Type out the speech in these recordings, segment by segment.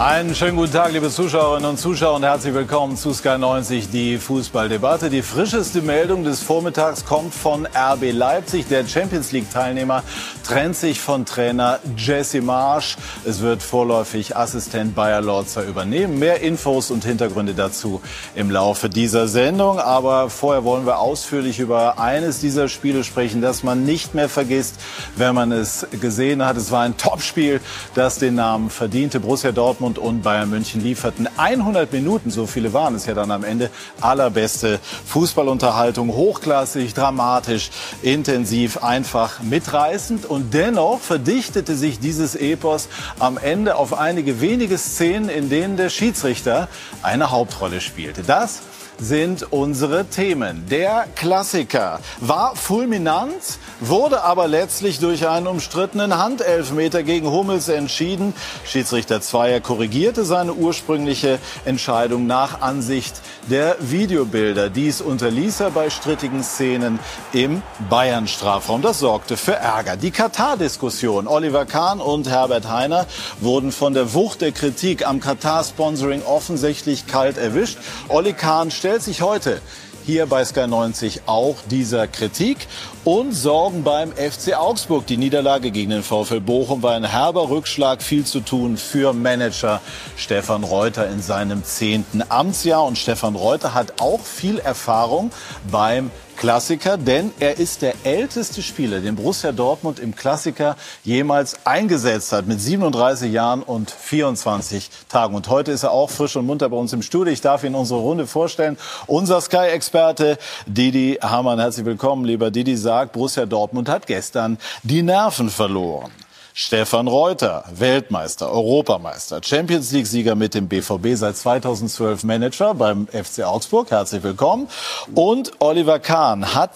Einen schönen guten Tag, liebe Zuschauerinnen und Zuschauer, und herzlich willkommen zu Sky 90, die Fußballdebatte. Die frischeste Meldung des Vormittags kommt von RB Leipzig. Der Champions-League-Teilnehmer trennt sich von Trainer Jesse Marsch. Es wird vorläufig Assistent Bayer Lorzer übernehmen. Mehr Infos und Hintergründe dazu im Laufe dieser Sendung. Aber vorher wollen wir ausführlich über eines dieser Spiele sprechen, das man nicht mehr vergisst, wenn man es gesehen hat. Es war ein Topspiel, das den Namen verdiente. Borussia Dortmund und Bayern München lieferten 100 Minuten, so viele waren es ja dann am Ende, allerbeste Fußballunterhaltung, hochklassig, dramatisch, intensiv, einfach mitreißend. Und dennoch verdichtete sich dieses Epos am Ende auf einige wenige Szenen, in denen der Schiedsrichter eine Hauptrolle spielte. Das sind unsere Themen. Der Klassiker war fulminant, wurde aber letztlich durch einen umstrittenen Handelfmeter gegen Hummels entschieden. Schiedsrichter Zweier korrigierte seine ursprüngliche Entscheidung nach Ansicht der Videobilder. Dies unterließ er bei strittigen Szenen im Bayern-Strafraum. Das sorgte für Ärger. Die Katar-Diskussion. Oliver Kahn und Herbert Hainer wurden von der Wucht der Kritik am Katar-Sponsoring offensichtlich kalt erwischt. Oli Kahn stellt sich heute hier bei Sky 90 auch dieser Kritik und sorgen beim FC Augsburg. Die Niederlage gegen den VfL Bochum war ein herber Rückschlag, viel zu tun für Manager Stefan Reuter in seinem 10. Amtsjahr. Und Stefan Reuter hat auch viel Erfahrung beim Klassiker, denn er ist der älteste Spieler, den Borussia Dortmund im Klassiker jemals eingesetzt hat, mit 37 Jahren und 24 Tagen. Und heute ist er auch frisch und munter bei uns im Studio. Ich darf Ihnen unsere Runde vorstellen. Unser Sky-Experte Didi Hamann, herzlich willkommen. Lieber Didi, sagt, Borussia Dortmund hat gestern die Nerven verloren. Stefan Reuter, Weltmeister, Europameister, Champions-League-Sieger mit dem BVB, seit 2012 Manager beim FC Augsburg. Herzlich willkommen. Und Oliver Kahn hat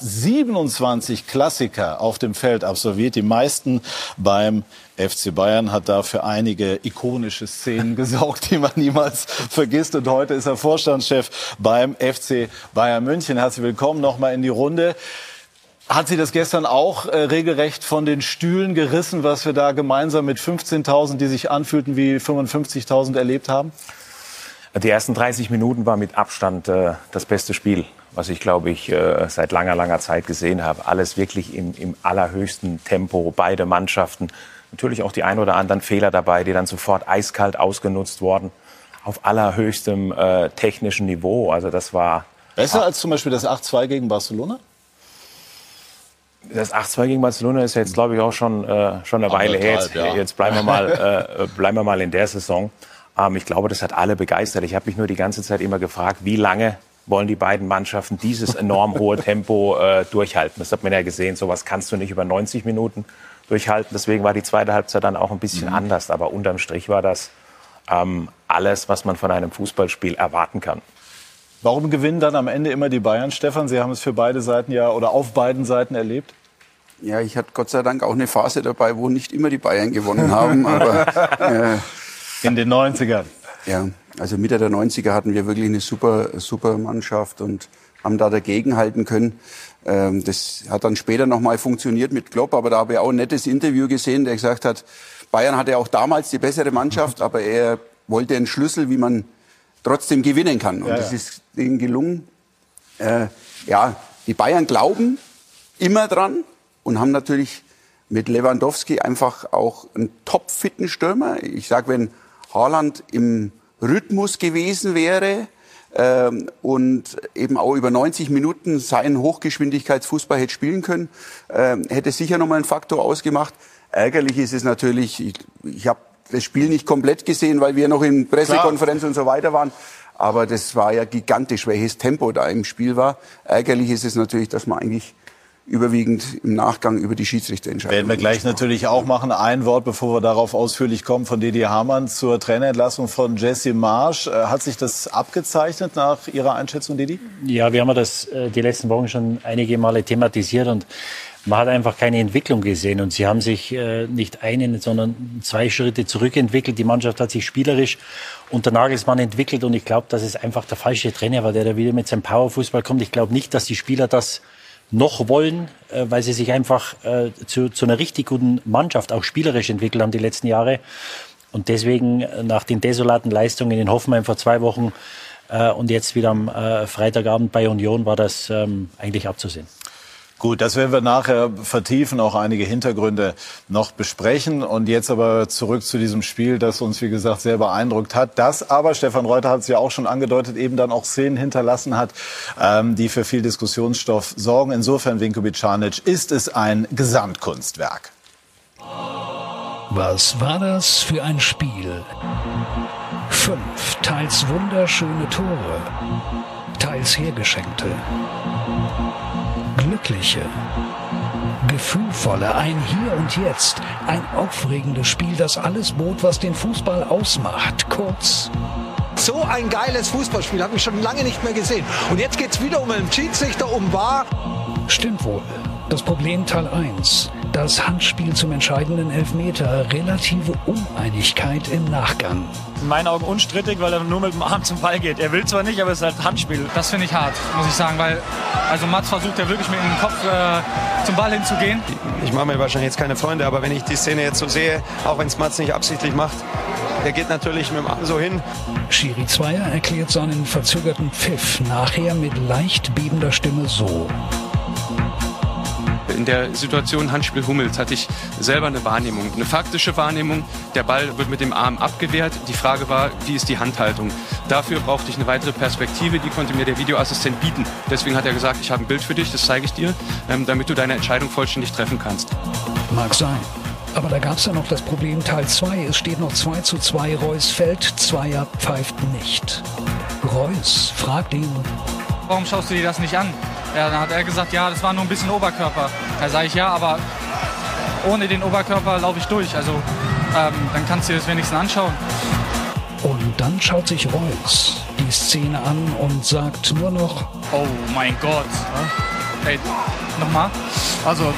27 Klassiker auf dem Feld absolviert, die meisten beim FC Bayern, hat dafür einige ikonische Szenen gesorgt, die man niemals vergisst. Und heute ist er Vorstandschef beim FC Bayern München. Herzlich willkommen nochmal in die Runde. Hat Sie das gestern auch regelrecht von den Stühlen gerissen, was wir da gemeinsam mit 15.000, die sich anfühlten wie 55.000, erlebt haben? Die ersten 30 Minuten war mit Abstand das beste Spiel, was ich, glaube ich, seit langer Zeit gesehen habe. Alles wirklich im allerhöchsten Tempo, beide Mannschaften. Natürlich auch die ein oder anderen Fehler dabei, die dann sofort eiskalt ausgenutzt wurden. Auf allerhöchstem technischen Niveau. Also das war besser als zum Beispiel das 8-2 gegen Barcelona? Das 8-2 gegen Barcelona ist jetzt, glaube ich, auch schon eine Weile her. Jetzt bleiben wir mal in der Saison. Ich glaube, das hat alle begeistert. Ich habe mich nur die ganze Zeit immer gefragt, wie lange wollen die beiden Mannschaften dieses enorm hohe Tempo durchhalten. Das hat man ja gesehen. Sowas kannst du nicht über 90 Minuten durchhalten. Deswegen war die zweite Halbzeit dann auch ein bisschen anders. Aber unterm Strich war das alles, was man von einem Fußballspiel erwarten kann. Warum gewinnen dann am Ende immer die Bayern, Stefan? Sie haben es für beide Seiten ja oder auf beiden Seiten erlebt. Ja, ich hatte Gott sei Dank auch eine Phase dabei, wo nicht immer die Bayern gewonnen haben. Aber in den 90ern. Ja, also Mitte der 90er hatten wir wirklich eine super Mannschaft und haben da dagegenhalten können. Das hat dann später noch mal funktioniert mit Klopp, aber da habe ich auch ein nettes Interview gesehen, der gesagt hat, Bayern hatte auch damals die bessere Mannschaft, aber er wollte einen Schlüssel, wie man trotzdem gewinnen kann. Und das ist ihnen gelungen. Die Bayern glauben immer dran und haben natürlich mit Lewandowski einfach auch einen topfitten Stürmer. Ich sage, wenn Haaland im Rhythmus gewesen wäre und eben auch über 90 Minuten seinen Hochgeschwindigkeitsfußball hätte spielen können, hätte sicher noch mal einen Faktor ausgemacht. Ärgerlich ist es natürlich, ich habe das Spiel nicht komplett gesehen, weil wir noch in Pressekonferenz und so weiter waren. Aber das war ja gigantisch, welches Tempo da im Spiel war. Ärgerlich ist es natürlich, dass man eigentlich überwiegend im Nachgang über die Schiedsrichterentscheidung. Werden wir gleich natürlich auch machen. Ein Wort, bevor wir darauf ausführlich kommen, von Didi Hamann zur Trainerentlassung von Jesse Marsch. Hat sich das abgezeichnet nach Ihrer Einschätzung, Didi? Ja, wir haben das die letzten Wochen schon einige Male thematisiert und man hat einfach keine Entwicklung gesehen und sie haben sich nicht einen, sondern 2 Schritte zurückentwickelt. Die Mannschaft hat sich spielerisch unter Nagelsmann entwickelt und ich glaube, dass es einfach der falsche Trainer war, der da wieder mit seinem Powerfußball kommt. Ich glaube nicht, dass die Spieler das noch wollen, weil sie sich einfach zu einer richtig guten Mannschaft auch spielerisch entwickelt haben die letzten Jahre. Und deswegen, nach den desolaten Leistungen in Hoffenheim vor 2 Wochen und jetzt wieder am Freitagabend bei Union, war das eigentlich abzusehen. Gut, das werden wir nachher vertiefen, auch einige Hintergründe noch besprechen. Und jetzt aber zurück zu diesem Spiel, das uns, wie gesagt, sehr beeindruckt hat. Das aber, Stefan Reuter hat es ja auch schon angedeutet, eben dann auch Szenen hinterlassen hat, die für viel Diskussionsstoff sorgen. Insofern, Vinko Bicanic, ist es ein Gesamtkunstwerk. Was war das für ein Spiel? 5 teils wunderschöne Tore, teils hergeschenkte. Glückliche, gefühlvolle, ein Hier und Jetzt, ein aufregendes Spiel, das alles bot, was den Fußball ausmacht. Kurz. So ein geiles Fußballspiel habe ich schon lange nicht mehr gesehen. Und jetzt geht es wieder um einen Schiedsrichter, um VAR. Stimmt wohl. Das Problem Teil 1. Das Handspiel zum entscheidenden Elfmeter. Relative Uneinigkeit im Nachgang. In meinen Augen unstrittig, weil er nur mit dem Arm zum Ball geht. Er will zwar nicht, aber es ist halt Handspiel. Das finde ich hart, muss ich sagen, weil also Mats versucht ja wirklich mit dem Kopf zum Ball hinzugehen. Ich mache mir wahrscheinlich jetzt keine Freunde, aber wenn ich die Szene jetzt so sehe, auch wenn es Mats nicht absichtlich macht, er geht natürlich mit dem Arm so hin. Schiri Zweier erklärt seinen verzögerten Pfiff nachher mit leicht bebender Stimme so. In der Situation Handspiel Hummels hatte ich selber eine Wahrnehmung, eine faktische Wahrnehmung. Der Ball wird mit dem Arm abgewehrt. Die Frage war, wie ist die Handhaltung? Dafür brauchte ich eine weitere Perspektive, die konnte mir der Videoassistent bieten. Deswegen hat er gesagt, ich habe ein Bild für dich, das zeige ich dir, damit du deine Entscheidung vollständig treffen kannst. Mag sein. Aber da gab es ja noch das Problem Teil 2. Es steht noch 2:2. Reus fällt, Zweier pfeift nicht. Reus fragt ihn. Warum schaust du dir das nicht an? Ja, dann hat er gesagt, ja, das war nur ein bisschen Oberkörper. Da sage ich, ja, aber ohne den Oberkörper laufe ich durch. Also dann kannst du dir das wenigstens anschauen. Und dann schaut sich Reus die Szene an und sagt nur noch: Oh mein Gott. Hey, nochmal. Also,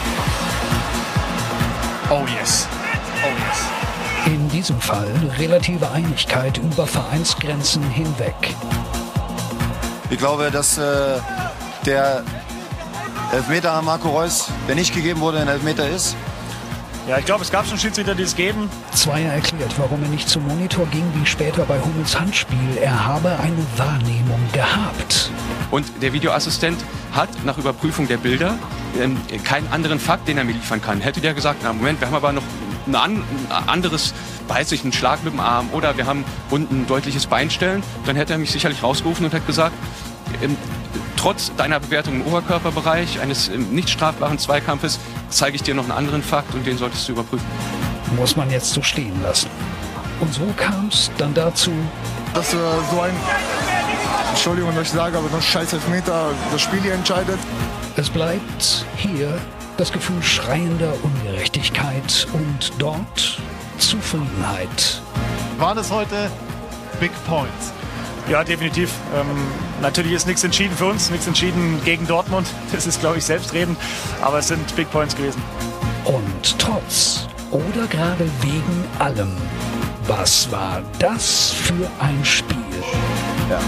oh yes. Oh yes. In diesem Fall relative Einigkeit über Vereinsgrenzen hinweg. Ich glaube, dass der Elfmeter an Marco Reus, der nicht gegeben wurde, ein Elfmeter ist. Ja, ich glaube, es gab schon Schiedsrichter, die es geben. Zweier erklärt, warum er nicht zum Monitor ging, wie später bei Hummels Handspiel. Er habe eine Wahrnehmung gehabt. Und der Videoassistent hat nach Überprüfung der Bilder keinen anderen Fakt, den er mir liefern kann. Hätte der gesagt, na Moment, wir haben aber noch ein anderes, weiß ich, einen Schlag mit dem Arm oder wir haben unten ein deutliches Beinstellen, dann hätte er mich sicherlich rausgerufen und hätte gesagt, trotz deiner Bewertung im Oberkörperbereich eines nicht strafbaren Zweikampfes zeige ich dir noch einen anderen Fakt und den solltest du überprüfen. Muss man jetzt so stehen lassen. Und so kam es dann dazu, dass so ein, Entschuldigung, dass ich sage, aber das scheiß Elfmeter das Spiel hier entscheidet. Es bleibt hier das Gefühl schreiender Ungerechtigkeit und dort Zufriedenheit. Waren es heute Big Points? Ja, definitiv. Natürlich ist nichts entschieden für uns, nichts entschieden gegen Dortmund. Das ist, glaube ich, selbstredend. Aber es sind Big Points gewesen. Und trotz oder gerade wegen allem, was war das für ein Spiel? Ja.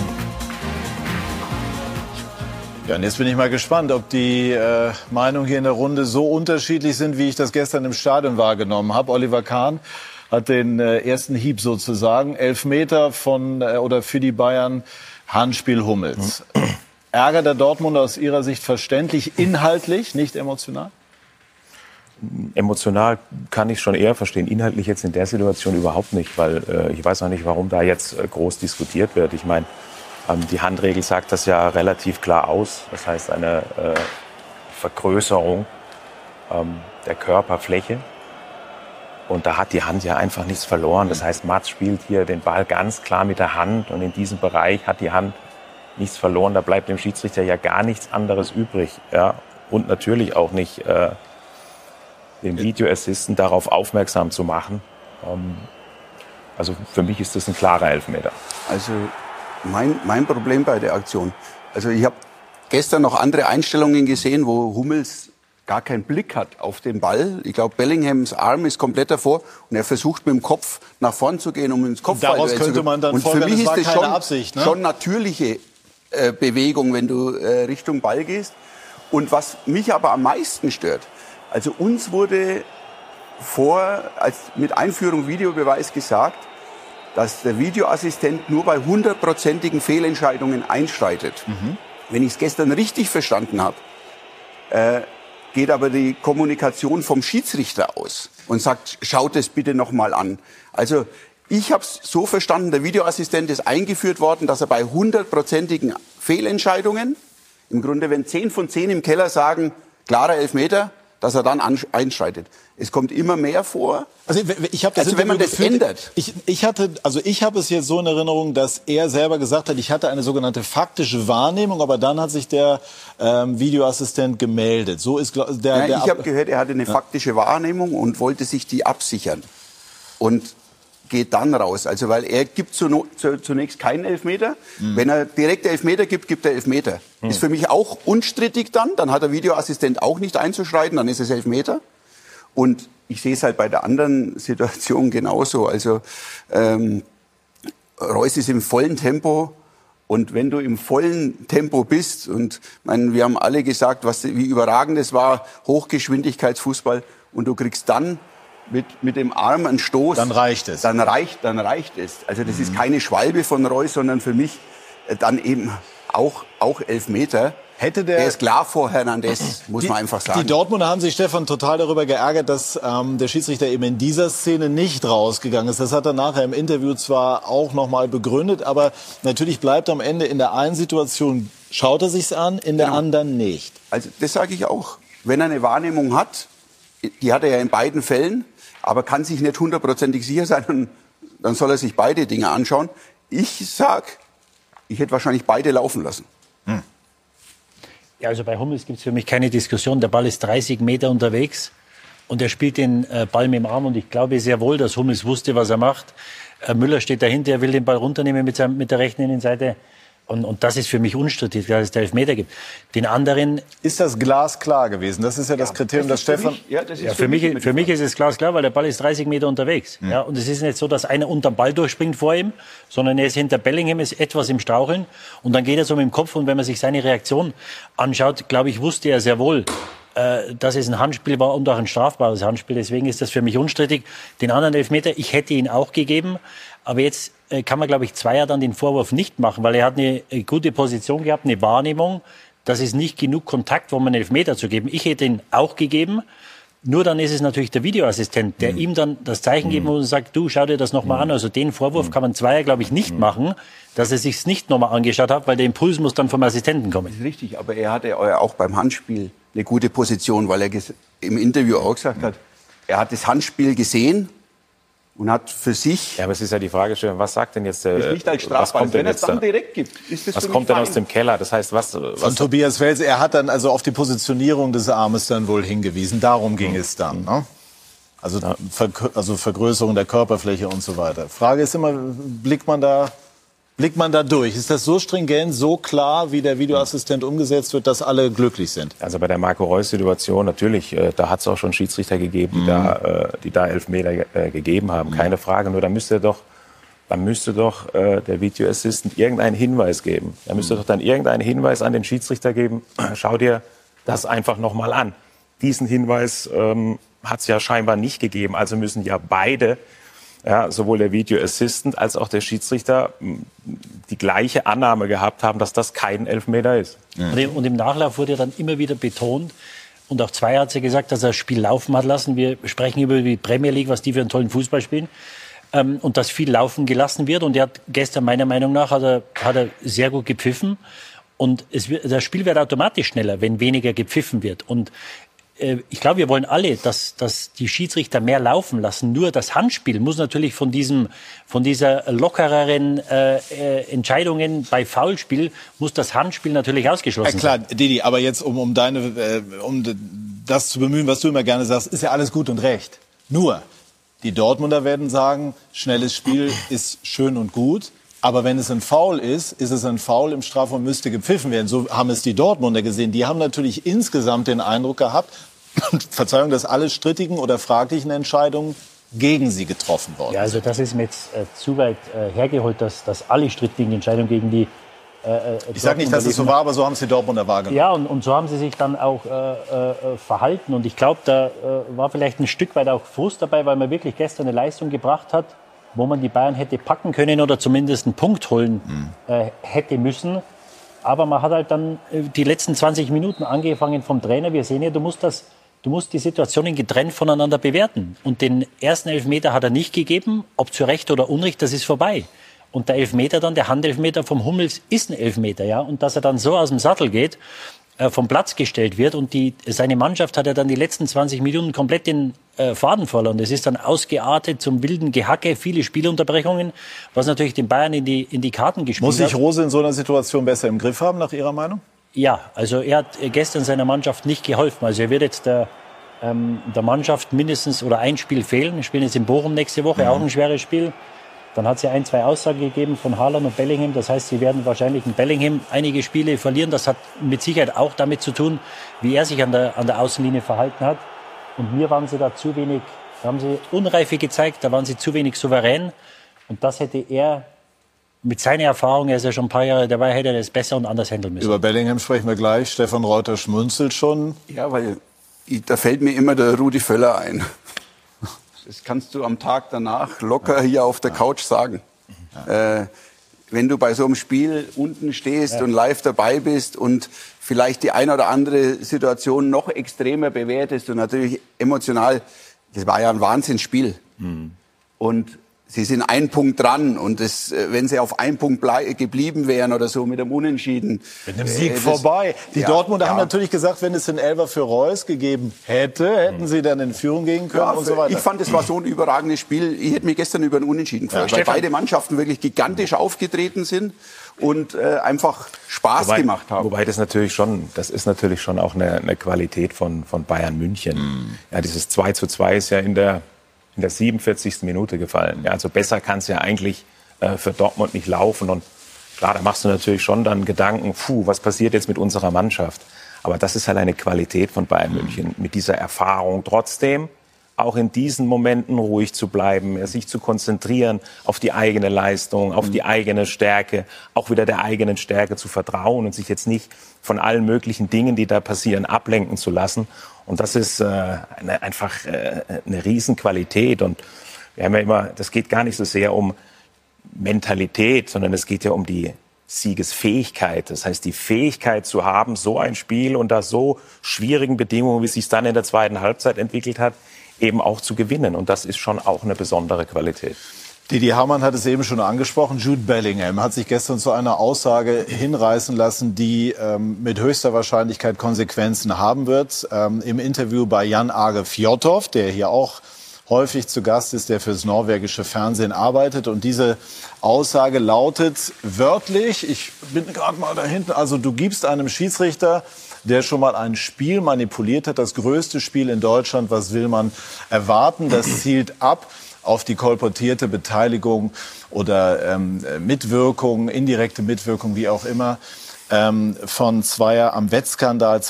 Ja, und jetzt bin ich mal gespannt, ob die Meinungen hier in der Runde so unterschiedlich sind, wie ich das gestern im Stadion wahrgenommen habe. Oliver Kahn hat den ersten Hieb sozusagen. Elfmeter oder für die Bayern, Handspiel Hummels. Ärger der Dortmunder aus Ihrer Sicht verständlich, inhaltlich, nicht emotional? Emotional kann ich schon eher verstehen, inhaltlich jetzt in der Situation überhaupt nicht, weil ich weiß auch nicht, warum da jetzt groß diskutiert wird. Ich meine, die Handregel sagt das ja relativ klar aus. Das heißt eine Vergrößerung der Körperfläche. Und da hat die Hand ja einfach nichts verloren. Das heißt, Mats spielt hier den Ball ganz klar mit der Hand. Und in diesem Bereich hat die Hand nichts verloren. Da bleibt dem Schiedsrichter ja gar nichts anderes übrig. Ja? Und natürlich auch nicht den Videoassistent darauf aufmerksam zu machen. Also für mich ist das ein klarer Elfmeter. Also mein Problem bei der Aktion. Also ich habe gestern noch andere Einstellungen gesehen, wo Hummels gar keinen Blick hat auf den Ball. Ich glaube, Bellinghams Arm ist komplett davor und er versucht mit dem Kopf nach vorn zu gehen, um ins Kopfball zu gehen. Daraus könnte man dann und für mich ist das keine Absicht, ne? schon natürliche Bewegung, wenn du Richtung Ball gehst. Und was mich aber am meisten stört, also uns wurde mit Einführung Videobeweis gesagt, dass der Videoassistent nur bei 100%igen Fehlentscheidungen einschreitet. Wenn ich es gestern richtig verstanden habe, geht aber die Kommunikation vom Schiedsrichter aus und sagt, schaut es bitte noch mal an. Also ich habe es so verstanden, der Videoassistent ist eingeführt worden, dass er bei 100%igen Fehlentscheidungen, im Grunde wenn 10 von 10 im Keller sagen, klarer Elfmeter, dass er dann einschreitet. Es kommt immer mehr vor. Also ich habe das wenn man das ändert. Ich habe es jetzt so in Erinnerung, dass er selber gesagt hat, ich hatte eine sogenannte faktische Wahrnehmung, aber dann hat sich der Videoassistent gemeldet. So ist ich habe gehört, er hatte eine faktische Wahrnehmung und wollte sich die absichern und geht dann raus. Also weil er gibt zunächst keinen Elfmeter. Wenn er direkt Elfmeter gibt, gibt er Elfmeter. Ist für mich auch unstrittig dann. Dann hat der Videoassistent auch nicht einzuschreiten, dann ist es Elfmeter. Und ich sehe es halt bei der anderen Situation genauso. Also Reus ist im vollen Tempo. Und wenn du im vollen Tempo bist, und wir haben alle gesagt, wie überragend es war, Hochgeschwindigkeitsfußball, und du kriegst dann mit dem Arm einen Stoß. Dann reicht es. Dann reicht es. Also das ist keine Schwalbe von Reus, sondern für mich dann eben auch Elfmeter. Er ist klar vor Hernandez, muss man einfach sagen. Die Dortmunder haben sich, Stefan, total darüber geärgert, dass der Schiedsrichter eben in dieser Szene nicht rausgegangen ist. Das hat er nachher im Interview zwar auch noch mal begründet, aber natürlich bleibt am Ende in der einen Situation, schaut er sich's an, in der anderen nicht. Also das sage ich auch. Wenn er eine Wahrnehmung hat, die hat er ja in beiden Fällen, aber kann sich nicht 100%ig sicher sein, dann soll er sich beide Dinge anschauen. Ich hätte wahrscheinlich beide laufen lassen. Ja, also bei Hummels gibt es für mich keine Diskussion. Der Ball ist 30 Meter unterwegs und er spielt den Ball mit dem Arm. Und ich glaube sehr wohl, dass Hummels wusste, was er macht. Müller steht dahinter, er will den Ball runternehmen mit der rechten Innenseite. Und das ist für mich unstrittig, dass es da Elfmeter gibt. Den anderen... Ist das glasklar gewesen? Das ist ja das Kriterium, das Stefan... Für mich ist es glasklar, weil der Ball ist 30 Meter unterwegs. Ja, und es ist nicht so, dass einer unter den Ball durchspringt vor ihm, sondern er ist hinter Bellingham, ist etwas im Straucheln. Und dann geht er so mit dem Kopf. Und wenn man sich seine Reaktion anschaut, glaube ich, wusste er sehr wohl, dass es ein Handspiel war und auch ein strafbares Handspiel. Deswegen ist das für mich unstrittig. Den anderen Elfmeter, ich hätte ihn auch gegeben. Aber jetzt kann man, glaube ich, Zweier dann den Vorwurf nicht machen, weil er hat eine gute Position gehabt, eine Wahrnehmung. Das ist nicht genug Kontakt, um einen Elfmeter zu geben. Ich hätte ihn auch gegeben. Nur dann ist es natürlich der Videoassistent, der ihm dann das Zeichen geben muss und sagt, du, schau dir das nochmal an. Also den Vorwurf kann man Zweier, glaube ich, nicht machen, dass er sich's nicht nochmal angeschaut hat, weil der Impuls muss dann vom Assistenten kommen. Das ist richtig, aber er hatte auch beim Handspiel eine gute Position, weil er im Interview auch gesagt hat, er hat das Handspiel gesehen und hat für sich... Ja, aber es ist ja die Frage, was sagt denn jetzt der... Ist nicht als strafbar, wenn er es dann direkt gibt. Was kommt denn aus dem Keller? Das heißt, Von Tobias Welz, er hat dann also auf die Positionierung des Armes dann wohl hingewiesen. Darum ging es dann, ne? Also Vergrößerung der Körperfläche und so weiter. Frage ist immer, blickt man da durch? Ist das so stringent, so klar, wie der Videoassistent umgesetzt wird, dass alle glücklich sind? Also bei der Marco Reus-Situation natürlich, da hat es auch schon Schiedsrichter gegeben, die da Elfmeter gegeben haben, keine Frage. Nur da müsste doch der Videoassistent irgendeinen Hinweis geben. Da müsste doch dann irgendeinen Hinweis an den Schiedsrichter geben. Schau dir das einfach noch mal an. Diesen Hinweis hat es ja scheinbar nicht gegeben. Also müssen ja beide, sowohl der Video Assistant als auch der Schiedsrichter, die gleiche Annahme gehabt haben, dass das kein Elfmeter ist. Und im Nachlauf wurde dann immer wieder betont, und auch Zweier hat ja gesagt, dass er das Spiel laufen hat lassen. Wir sprechen über die Premier League, was die für einen tollen Fußball spielen. Und dass viel laufen gelassen wird. Und er hat gestern, meiner Meinung nach, hat er sehr gut gepfiffen. Und das Spiel wird automatisch schneller, wenn weniger gepfiffen wird. Und ich glaube, wir wollen alle, dass die Schiedsrichter mehr laufen lassen. Nur das Handspiel muss natürlich von dieser lockereren Entscheidungen bei Foulspiel muss das Handspiel natürlich ausgeschlossen sein. Klar, Didi, aber jetzt um das zu bemühen, was du immer gerne sagst, ist ja alles gut und recht. Nur die Dortmunder werden sagen, schnelles Spiel ist schön und gut. Aber wenn es ein Foul ist, ist es ein Foul im Strafraum, müsste gepfiffen werden. So haben es die Dortmunder gesehen. Die haben natürlich insgesamt den Eindruck gehabt, Verzeihung, dass alle strittigen oder fraglichen Entscheidungen gegen sie getroffen worden sind. Ja, also das ist mir jetzt zu weit hergeholt, dass alle strittigen Entscheidungen gegen die Ich sage nicht, dass es so war, aber so haben es die Dortmunder wahrgenommen. Ja, und so haben sie sich dann auch verhalten. Und ich glaube, da war vielleicht ein Stück weit auch Frust dabei, weil man wirklich gestern eine Leistung gebracht hat, wo man die Bayern hätte packen können oder zumindest einen Punkt holen hätte müssen. Aber man hat halt dann die letzten 20 Minuten angefangen vom Trainer. Wir sehen ja, du musst die Situationen getrennt voneinander bewerten. Und den ersten Elfmeter hat er nicht gegeben, ob zu Recht oder Unrecht, das ist vorbei. Und der Elfmeter dann, der Handelfmeter vom Hummels, ist ein Elfmeter, ja. Und dass er dann so aus dem Sattel geht, vom Platz gestellt wird und seine Mannschaft hat ja dann die letzten 20 Minuten komplett den Faden verloren. Das ist dann ausgeartet zum wilden Gehacke, viele Spielunterbrechungen, was natürlich den Bayern in die Karten gespielt hat. Muss sich Rose in so einer Situation besser im Griff haben, nach Ihrer Meinung? Ja, also er hat gestern seiner Mannschaft nicht geholfen. Also er wird jetzt der Mannschaft mindestens oder ein Spiel fehlen. Wir spielen jetzt in Bochum nächste Woche, auch ein schweres Spiel. Dann hat es ja 2 Aussagen gegeben von Haaland und Bellingham. Das heißt, sie werden wahrscheinlich in Bellingham einige Spiele verlieren. Das hat mit Sicherheit auch damit zu tun, wie er sich an der Außenlinie verhalten hat. Und mir waren sie da zu wenig, da haben sie Unreife gezeigt, da waren sie zu wenig souverän. Und das hätte er mit seiner Erfahrung, er ist ja schon ein paar Jahre dabei, hätte er das besser und anders handeln müssen. Über Bellingham sprechen wir gleich. Stefan Reuter schmunzelt schon. Ja, weil da fällt mir immer der Rudi Völler ein. Das kannst du am Tag danach locker hier auf der Couch sagen. Wenn du bei so einem Spiel unten stehst und live dabei bist und vielleicht die eine oder andere Situation noch extremer bewertest und natürlich emotional, das war ja ein Wahnsinnsspiel. Und sie sind 1 Punkt dran und wenn sie auf 1 Punkt geblieben wären oder so mit einem Unentschieden. Mit einem Sieg vorbei. Die Dortmunder haben natürlich gesagt, wenn es den Elfer für Reus gegeben hätte, hätten sie dann in Führung gehen können und so weiter. Ich fand, es war so ein überragendes Spiel. Ich hätte mich gestern über ein Unentschieden gefreut, weil beide Mannschaften wirklich gigantisch aufgetreten sind und einfach Spaß gemacht haben. Wobei das ist natürlich schon auch eine Qualität von Bayern München. Ja, dieses 2:2 ist ja in der 47. Minute gefallen. Ja, also besser kann es ja eigentlich für Dortmund nicht laufen. Und klar, da machst du natürlich schon dann Gedanken, was passiert jetzt mit unserer Mannschaft? Aber das ist halt eine Qualität von Bayern München, mit dieser Erfahrung trotzdem auch in diesen Momenten ruhig zu bleiben, sich zu konzentrieren auf die eigene Leistung, auf die eigene Stärke, auch wieder der eigenen Stärke zu vertrauen und sich jetzt nicht von allen möglichen Dingen, die da passieren, ablenken zu lassen. Und das ist einfach eine Riesenqualität. Und wir haben ja immer, das geht gar nicht so sehr um Mentalität, sondern es geht ja um die Siegesfähigkeit. Das heißt, die Fähigkeit zu haben, so ein Spiel unter so schwierigen Bedingungen, wie es sich dann in der zweiten Halbzeit entwickelt hat, eben auch zu gewinnen. Und das ist schon auch eine besondere Qualität. Didi Hamann hat es eben schon angesprochen. Jude Bellingham hat sich gestern zu einer Aussage hinreißen lassen, die mit höchster Wahrscheinlichkeit Konsequenzen haben wird. Im Interview bei Jan Åge Fjørtoft, der hier auch häufig zu Gast ist, der fürs norwegische Fernsehen arbeitet. Und diese Aussage lautet wörtlich, ich bin gerade mal da hinten, also du gibst einem Schiedsrichter, der schon mal ein Spiel manipuliert hat, das größte Spiel in Deutschland, was will man erwarten? Das zielt ab auf die kolportierte Beteiligung oder Mitwirkung, indirekte Mitwirkung, wie auch immer, von Zweier am Wettskandal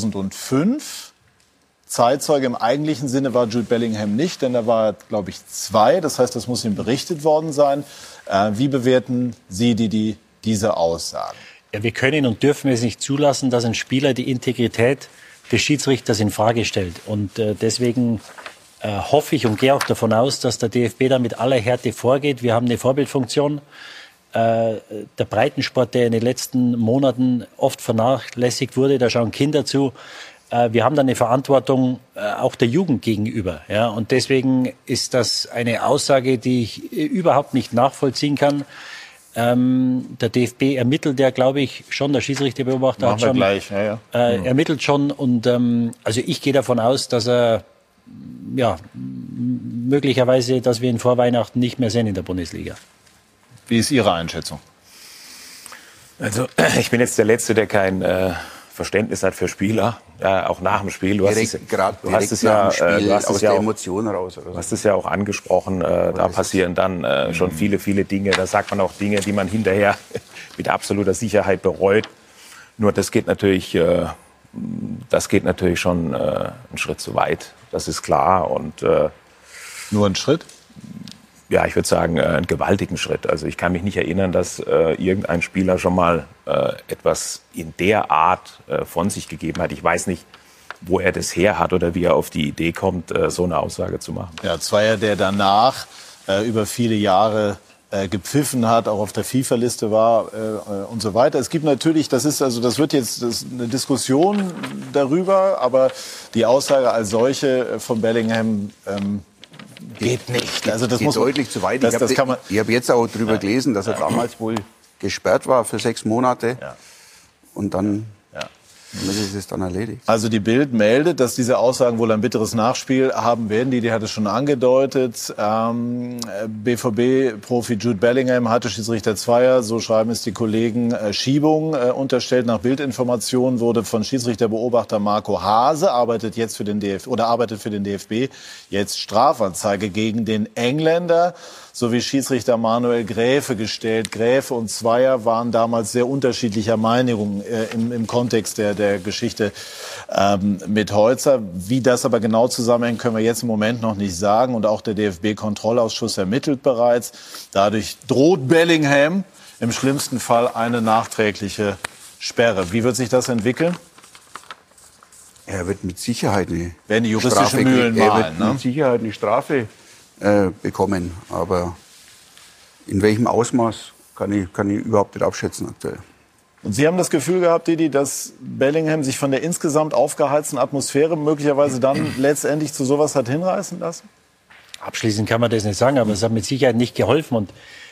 2005. Zeitzeuge im eigentlichen Sinne war Jude Bellingham nicht, denn er war, glaube ich, 2. Das heißt, das muss ihm berichtet worden sein. Wie bewerten Sie diese Aussagen? Ja, wir können und dürfen es nicht zulassen, dass ein Spieler die Integrität des Schiedsrichters in Frage stellt. Und deswegen hoffe ich und gehe auch davon aus, dass der DFB da mit aller Härte vorgeht. Wir haben eine Vorbildfunktion. Der Breitensport, der in den letzten Monaten oft vernachlässigt wurde, da schauen Kinder zu. Wir haben da eine Verantwortung auch der Jugend gegenüber. Ja? Und deswegen ist das eine Aussage, die ich überhaupt nicht nachvollziehen kann. Der DFB ermittelt ja, glaube ich, schon, der Schiedsrichterbeobachter hat schon, gleich. ermittelt schon. Und also ich gehe davon aus, dass er möglicherweise, dass wir ihn vor Weihnachten nicht mehr sehen in der Bundesliga. Wie ist Ihre Einschätzung? Also ich bin jetzt der Letzte, der kein Verständnis hat für Spieler, auch nach dem Spiel. Du hast es ja auch angesprochen. Da passieren dann schon viele Dinge. Da sagt man auch Dinge, die man hinterher mit absoluter Sicherheit bereut. Nur das geht natürlich schon einen Schritt zu weit. Das ist klar. Und nur ein Schritt? Ja, ich würde sagen, einen gewaltigen Schritt. Also ich kann mich nicht erinnern, dass irgendein Spieler schon mal etwas in der Art von sich gegeben hat. Ich weiß nicht, wo er das her hat oder wie er auf die Idee kommt, so eine Aussage zu machen. Ja, Zweier, der danach über viele Jahre gepfiffen hat, auch auf der FIFA-Liste war und so weiter. Es gibt natürlich, das wird jetzt eine Diskussion darüber, aber die Aussage als solche von Bellingham geht nicht. Also das geht muss deutlich zu weit. Ich habe jetzt auch darüber gelesen, dass er damals wohl gesperrt war für 6 Monate. Ja. Und dann ist es dann erledigt. Also die Bild meldet, dass diese Aussagen wohl ein bitteres Nachspiel haben werden. Die hat es schon angedeutet. BVB-Profi Jude Bellingham hatte Schiedsrichter Zweier, so schreiben es die Kollegen, Schiebung unterstellt. Nach Bildinformationen wurde von Schiedsrichterbeobachter Marco Hase, arbeitet für den DFB, jetzt Strafanzeige gegen den Engländer sowie Schiedsrichter Manuel Gräfe gestellt. Gräfe und Zweier waren damals sehr unterschiedlicher Meinung im Kontext der Geschichte mit Holzer. Wie das aber genau zusammenhängt, können wir jetzt im Moment noch nicht sagen. Und auch der DFB-Kontrollausschuss ermittelt bereits. Dadurch droht Bellingham im schlimmsten Fall eine nachträgliche Sperre. Wie wird sich das entwickeln? Er wird mit Sicherheit eine juristische Mühlen malen, mit Sicherheit eine Strafe bekommen. Aber in welchem Ausmaß kann ich überhaupt nicht abschätzen aktuell. Und Sie haben das Gefühl gehabt, Didi, dass Bellingham sich von der insgesamt aufgeheizten Atmosphäre möglicherweise dann letztendlich zu sowas hat hinreißen lassen? Abschließend kann man das nicht sagen, aber es hat mit Sicherheit nicht geholfen. Und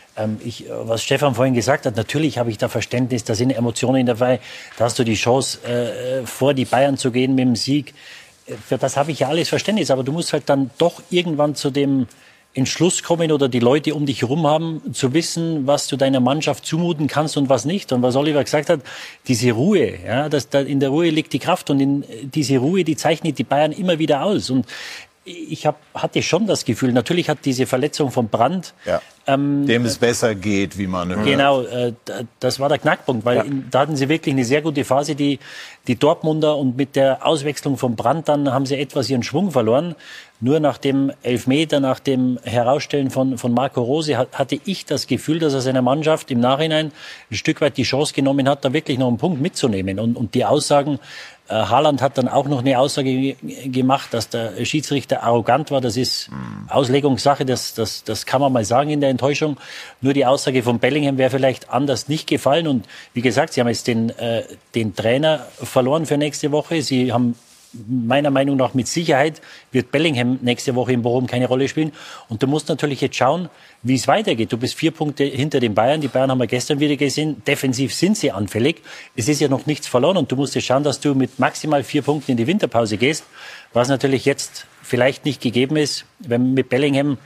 was Stefan vorhin gesagt hat, natürlich habe ich da Verständnis, da sind Emotionen dabei. Da hast du die Chance, vor die Bayern zu gehen mit dem Sieg. Für das habe ich ja alles Verständnis. Aber du musst halt dann doch irgendwann zu dem Entschluss kommen oder die Leute um dich herum haben, zu wissen, was du deiner Mannschaft zumuten kannst und was nicht. Und was Oliver gesagt hat, diese Ruhe, ja, in der Ruhe liegt die Kraft. Und diese Ruhe, die zeichnet die Bayern immer wieder aus. Und ich hatte schon das Gefühl, natürlich hat diese Verletzung von Brandt... Ja. Dem es besser geht, wie man hört. Genau, das war der Knackpunkt, weil da hatten sie wirklich eine sehr gute Phase, die Dortmunder, und mit der Auswechslung von Brandt dann haben sie etwas ihren Schwung verloren. Nur nach dem Elfmeter, nach dem Herausstellen von Marco Rose hatte ich das Gefühl, dass er seiner Mannschaft im Nachhinein ein Stück weit die Chance genommen hat, da wirklich noch einen Punkt mitzunehmen. Und die Aussagen, Haaland hat dann auch noch eine Aussage gemacht, dass der Schiedsrichter arrogant war. Das ist Auslegungssache, das kann man mal sagen in der Enttäuschung. Nur die Aussage von Bellingham wäre vielleicht anders nicht gefallen. Und wie gesagt, sie haben jetzt den Trainer verloren für nächste Woche. Sie haben meiner Meinung nach mit Sicherheit wird Bellingham nächste Woche in Bochum keine Rolle spielen. Und du musst natürlich jetzt schauen, wie es weitergeht. Du bist 4 Punkte hinter den Bayern. Die Bayern haben wir gestern wieder gesehen. Defensiv sind sie anfällig. Es ist ja noch nichts verloren. Und du musst jetzt schauen, dass du mit maximal 4 Punkten in die Winterpause gehst. Was natürlich jetzt vielleicht nicht gegeben ist, wenn mit Bellingham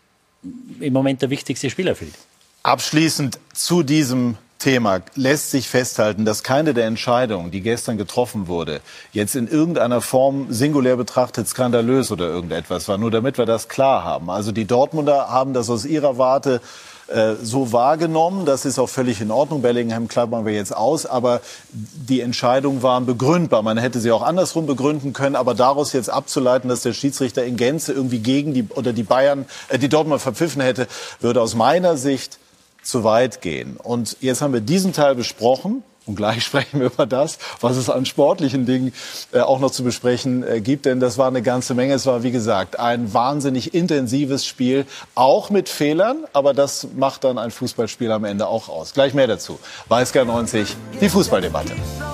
im Moment der wichtigste Spieler fehlt. Abschließend zu diesem Thema lässt sich festhalten, dass keine der Entscheidungen, die gestern getroffen wurde, jetzt in irgendeiner Form singulär betrachtet skandalös oder irgendetwas war. Nur damit wir das klar haben. Also die Dortmunder haben das aus ihrer Warte so wahrgenommen. Das ist auch völlig in Ordnung. Bellingham klammern wir jetzt aus. Aber die Entscheidungen waren begründbar. Man hätte sie auch andersrum begründen können. Aber daraus jetzt abzuleiten, dass der Schiedsrichter in Gänze irgendwie gegen die Dortmunder verpfiffen hätte, würde aus meiner Sicht zu weit gehen. Und jetzt haben wir diesen Teil besprochen. Und gleich sprechen wir über das, was es an sportlichen Dingen auch noch zu besprechen gibt. Denn das war eine ganze Menge. Es war, wie gesagt, ein wahnsinnig intensives Spiel, auch mit Fehlern. Aber das macht dann ein Fußballspiel am Ende auch aus. Gleich mehr dazu. bei Sky 90, die Fußballdebatte.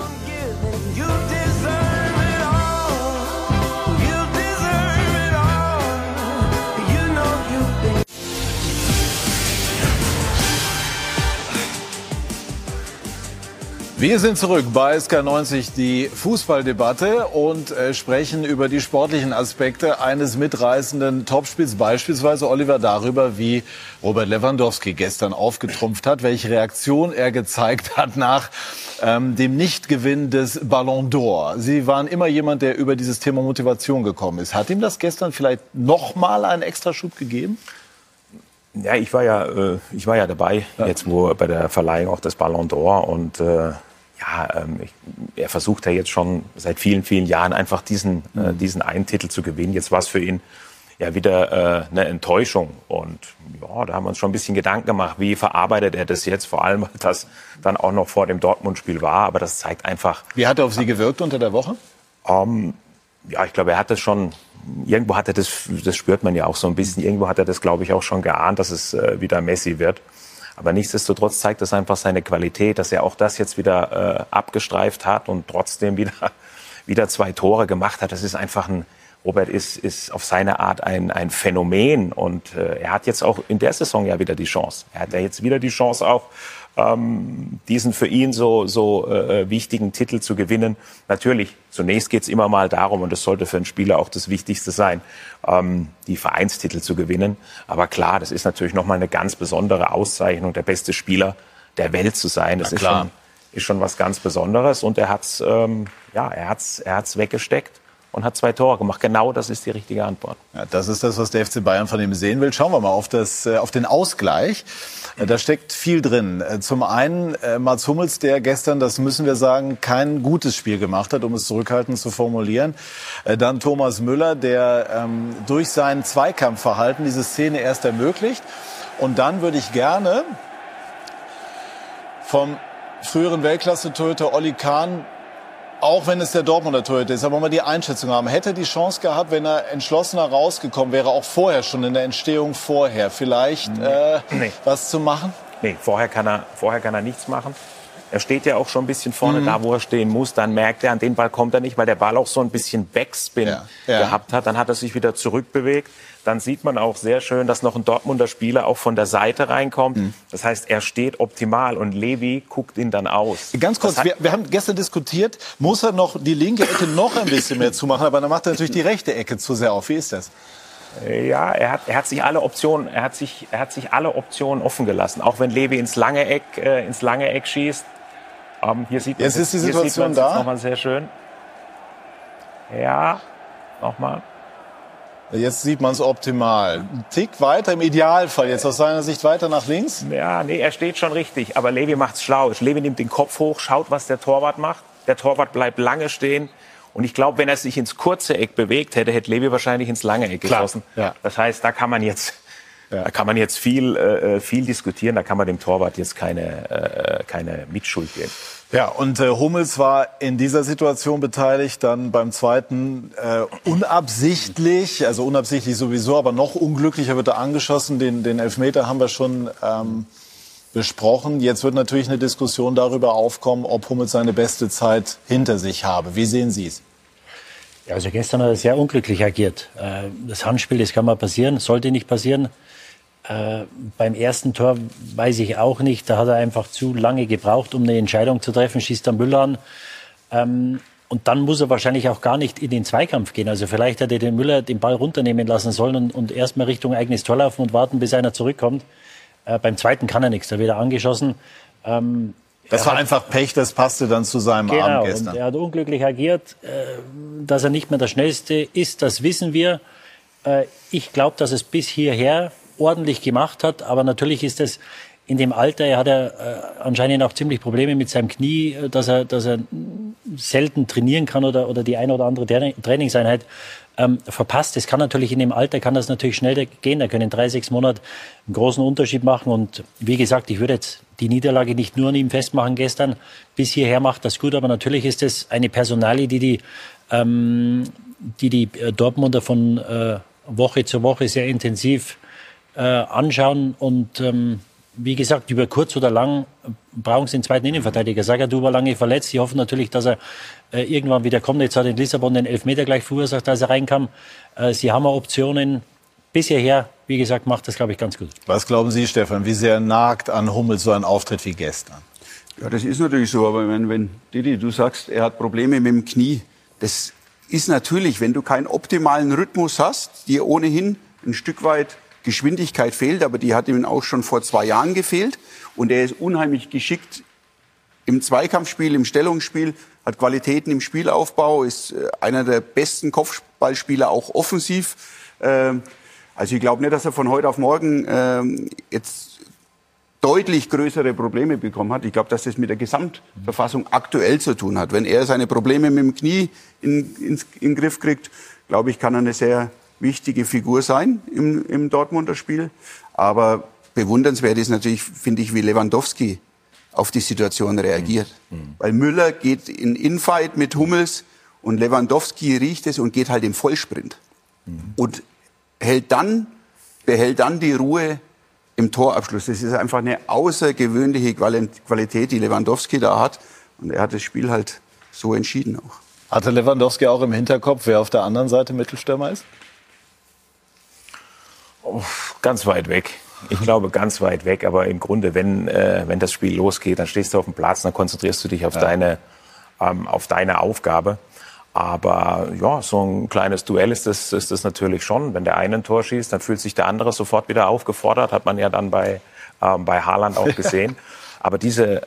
Wir sind zurück bei SK90, die Fußballdebatte, und sprechen über die sportlichen Aspekte eines mitreißenden Topspiels, beispielsweise Oliver darüber, wie Robert Lewandowski gestern aufgetrumpft hat, welche Reaktion er gezeigt hat nach dem Nichtgewinn des Ballon d'Or. Sie waren immer jemand, der über dieses Thema Motivation gekommen ist. Hat ihm das gestern vielleicht noch mal einen Extraschub gegeben? Ja, ich war ja dabei, jetzt wo bei der Verleihung auch des Ballon d'Or, und er versucht ja jetzt schon seit vielen, vielen Jahren einfach diesen einen Titel zu gewinnen. Jetzt war es für ihn ja wieder eine Enttäuschung. Und ja, da haben wir uns schon ein bisschen Gedanken gemacht, wie verarbeitet er das jetzt, vor allem, weil das dann auch noch vor dem Dortmund-Spiel war. Aber das zeigt einfach... Wie hat er auf Sie gewirkt unter der Woche? Ja, ich glaube, er hat das schon... Irgendwo hat er das spürt man ja auch so ein bisschen, irgendwo hat er das, glaube ich, auch schon geahnt, dass es wieder Messi wird. Aber nichtsdestotrotz zeigt das einfach seine Qualität, dass er auch das jetzt wieder abgestreift hat und trotzdem wieder 2 Tore gemacht hat. Das ist einfach Robert ist auf seine Art ein Phänomen und er hat jetzt auch in der Saison ja wieder die Chance. Er hat ja jetzt wieder die Chance auch, diesen für ihn so wichtigen Titel zu gewinnen. Natürlich, zunächst geht es immer mal darum, und das sollte für einen Spieler auch das Wichtigste sein, die Vereinstitel zu gewinnen. Aber klar, das ist natürlich nochmal eine ganz besondere Auszeichnung, der beste Spieler der Welt zu sein. Das ist schon was ganz Besonderes. Und er hat's weggesteckt und hat 2 Tore gemacht. Genau das ist die richtige Antwort. Ja, das ist das, was der FC Bayern von ihm sehen will. Schauen wir mal auf den Ausgleich. Da steckt viel drin. Zum einen Mats Hummels, der gestern, das müssen wir sagen, kein gutes Spiel gemacht hat, um es zurückhaltend zu formulieren. Dann Thomas Müller, der durch sein Zweikampfverhalten diese Szene erst ermöglicht. Und dann würde ich gerne vom früheren Weltklasse-Torhüter Oli Kahn, auch wenn es der Dortmunder Torhüter ist, aber mal die Einschätzung haben. Hätte er die Chance gehabt, wenn er entschlossener rausgekommen wäre, auch vorher schon in der Entstehung vielleicht was zu machen? Nee, vorher kann er nichts machen. Er steht ja auch schon ein bisschen vorne da, wo er stehen muss. Dann merkt er, an den Ball kommt er nicht, weil der Ball auch so ein bisschen Backspin gehabt hat. Dann hat er sich wieder zurückbewegt. Dann sieht man auch sehr schön, dass noch ein Dortmunder Spieler auch von der Seite reinkommt. Das heißt, er steht optimal und Levi guckt ihn dann aus. Ganz kurz, wir haben gestern diskutiert, muss er noch die linke Ecke noch ein bisschen mehr zumachen, aber dann macht er natürlich die rechte Ecke zu sehr auf. Wie ist das? Ja, er hat sich alle Optionen offen gelassen, auch wenn Levi ins lange Eck schießt. Hier sieht man jetzt ist die Situation da. Nochmal sehr schön. Ja, nochmal. Jetzt sieht man es optimal. Ein Tick weiter, im Idealfall. Jetzt aus seiner Sicht weiter nach links? Ja, nee, er steht schon richtig. Aber Levi macht's schlau. Levi nimmt den Kopf hoch, schaut, was der Torwart macht. Der Torwart bleibt lange stehen. Und ich glaube, wenn er sich ins kurze Eck bewegt hätte, hätte Levi wahrscheinlich ins lange Eck geschossen. Ja. Das heißt, da kann man jetzt viel diskutieren. Da kann man dem Torwart jetzt keine Mitschuld geben. Ja, und Hummels war in dieser Situation beteiligt, dann beim zweiten unabsichtlich sowieso, aber noch unglücklicher wird er angeschossen. Den Elfmeter haben wir schon besprochen. Jetzt wird natürlich eine Diskussion darüber aufkommen, ob Hummels seine beste Zeit hinter sich habe. Wie sehen Sie es? Ja, also gestern hat er sehr unglücklich agiert. Das Handspiel, das kann mal passieren, sollte nicht passieren. Beim ersten Tor weiß ich auch nicht, da hat er einfach zu lange gebraucht, um eine Entscheidung zu treffen, schießt dann Müller an. Und dann muss er wahrscheinlich auch gar nicht in den Zweikampf gehen. Also vielleicht hätte den Müller den Ball runternehmen lassen sollen und erstmal Richtung eigenes Tor laufen und warten, bis einer zurückkommt. Beim zweiten kann er nichts, da wird er angeschossen. Das war einfach Pech, das passte dann zu seinem Abend gestern. Und er hat unglücklich agiert. Dass er nicht mehr der Schnellste ist, das wissen wir. Ich glaube, dass es bis hierher ordentlich gemacht hat, aber natürlich ist es in dem Alter, er hat anscheinend auch ziemlich Probleme mit seinem Knie, dass er selten trainieren kann oder die eine oder andere Trainingseinheit verpasst. Das kann natürlich in dem Alter, kann das natürlich schnell gehen. Da können 3-6 Monate einen großen Unterschied machen. Und wie gesagt, ich würde jetzt die Niederlage nicht nur an ihm festmachen gestern. Bis hierher macht das gut, aber natürlich ist es eine Personalie, die Dortmunder von Woche zu Woche sehr intensiv anschauen und wie gesagt, über kurz oder lang brauchen sie den zweiten Innenverteidiger. Sagadu war lange verletzt. Sie hoffen natürlich, dass er irgendwann wieder kommt. Jetzt hat er in Lissabon den Elfmeter gleich verursacht, als er reinkam. Sie haben Optionen. Bis hierher, wie gesagt, macht das, glaube ich, ganz gut. Was glauben Sie, Stefan, wie sehr nagt an Hummels so ein Auftritt wie gestern? Ja, das ist natürlich so. Aber wenn Didi, du sagst, er hat Probleme mit dem Knie, das ist natürlich, wenn du keinen optimalen Rhythmus hast, dir ohnehin ein Stück weit Geschwindigkeit fehlt, aber die hat ihm auch schon vor 2 Jahren gefehlt. Und er ist unheimlich geschickt im Zweikampfspiel, im Stellungsspiel, hat Qualitäten im Spielaufbau, ist einer der besten Kopfballspieler, auch offensiv. Also ich glaube nicht, dass er von heute auf morgen jetzt deutlich größere Probleme bekommen hat. Ich glaube, dass das mit der Gesamtverfassung aktuell zu tun hat. Wenn er seine Probleme mit dem Knie in den Griff kriegt, glaube ich, kann er eine sehr wichtige Figur sein im Dortmunder Spiel. Aber bewundernswert ist natürlich, finde ich, wie Lewandowski auf die Situation reagiert. Weil Müller geht in Infight mit Hummels und Lewandowski riecht es und geht halt im Vollsprint. Und behält dann die Ruhe im Torabschluss. Das ist einfach eine außergewöhnliche Qualität, die Lewandowski da hat. Und er hat das Spiel halt so entschieden auch. Hatte Lewandowski auch im Hinterkopf, wer auf der anderen Seite Mittelstürmer ist? Oh, ganz weit weg. Ich glaube, ganz weit weg. Aber im Grunde, wenn das Spiel losgeht, dann stehst du auf dem Platz, dann konzentrierst du dich auf deine Aufgabe. Aber ja, so ein kleines Duell ist das natürlich schon. Wenn der eine ein Tor schießt, dann fühlt sich der andere sofort wieder aufgefordert. Hat man ja dann bei Haaland auch gesehen. Aber diese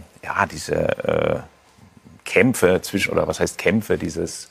Kämpfe dieses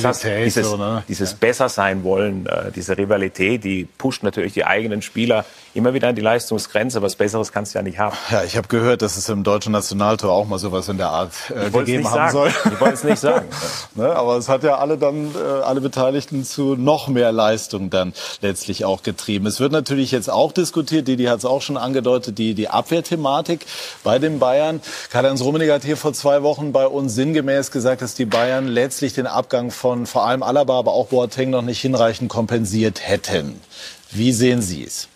besser sein wollen, diese Rivalität, die pusht natürlich die eigenen Spieler immer wieder an die Leistungsgrenze. Was Besseres kannst du ja nicht haben. Ja, ich habe gehört, dass es im deutschen Nationaltor auch mal sowas in der Art gegeben haben soll. Ich wollte es nicht sagen. Ne, aber es hat ja alle Beteiligten zu noch mehr Leistung dann letztlich auch getrieben. Es wird natürlich jetzt auch diskutiert, Didi hat es auch schon angedeutet, die Abwehrthematik bei den Bayern. Karl-Heinz Rummenigge hat hier vor 2 Wochen bei uns sinngemäß gesagt, dass die Bayern letztlich den Abgang von vor allem Alaba, aber auch Boateng noch nicht hinreichend kompensiert hätten. Wie sehen Sie es?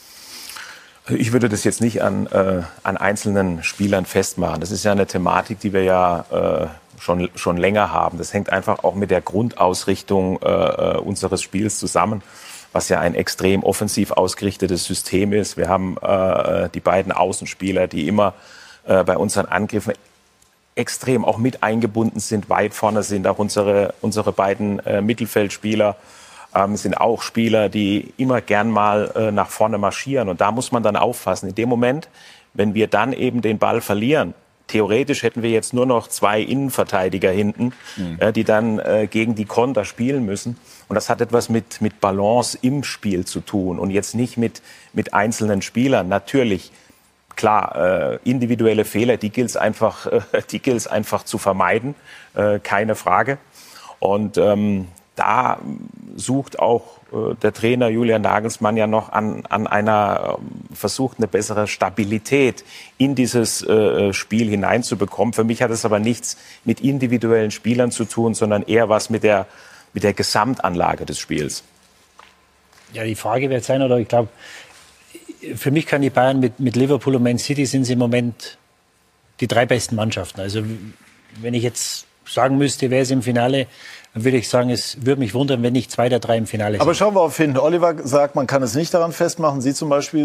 Ich würde das jetzt nicht an einzelnen Spielern festmachen. Das ist ja eine Thematik, die wir ja schon länger haben. Das hängt einfach auch mit der Grundausrichtung unseres Spiels zusammen, was ja ein extrem offensiv ausgerichtetes System ist. Wir haben die beiden Außenspieler, die immer bei unseren Angriffen extrem auch mit eingebunden sind, weit vorne sind. Auch unsere beiden Mittelfeldspieler sind auch Spieler, die immer gern mal nach vorne marschieren. Und da muss man dann aufpassen. In dem Moment, wenn wir dann eben den Ball verlieren, theoretisch hätten wir jetzt nur noch 2 Innenverteidiger hinten, die dann gegen die Konter spielen müssen. Und das hat etwas mit Balance im Spiel zu tun und jetzt nicht mit einzelnen Spielern. Natürlich, klar, individuelle Fehler, die gilt es einfach zu vermeiden, keine Frage. Und da sucht auch der Trainer Julian Nagelsmann ja noch versucht eine bessere Stabilität in dieses Spiel hineinzubekommen. Für mich hat es aber nichts mit individuellen Spielern zu tun, sondern eher was mit der Gesamtanlage des Spiels. Ja, die Frage wird sein, oder ich glaube, für mich kann die Bayern mit Liverpool und Man City sind sie im Moment die 3 besten Mannschaften. Also wenn ich jetzt sagen müsste, wer ist im Finale, dann würde ich sagen, es würde mich wundern, wenn nicht 2 der 3 im Finale sind. Aber schauen wir auf hinten. Oliver sagt, man kann es nicht daran festmachen. Sie zum Beispiel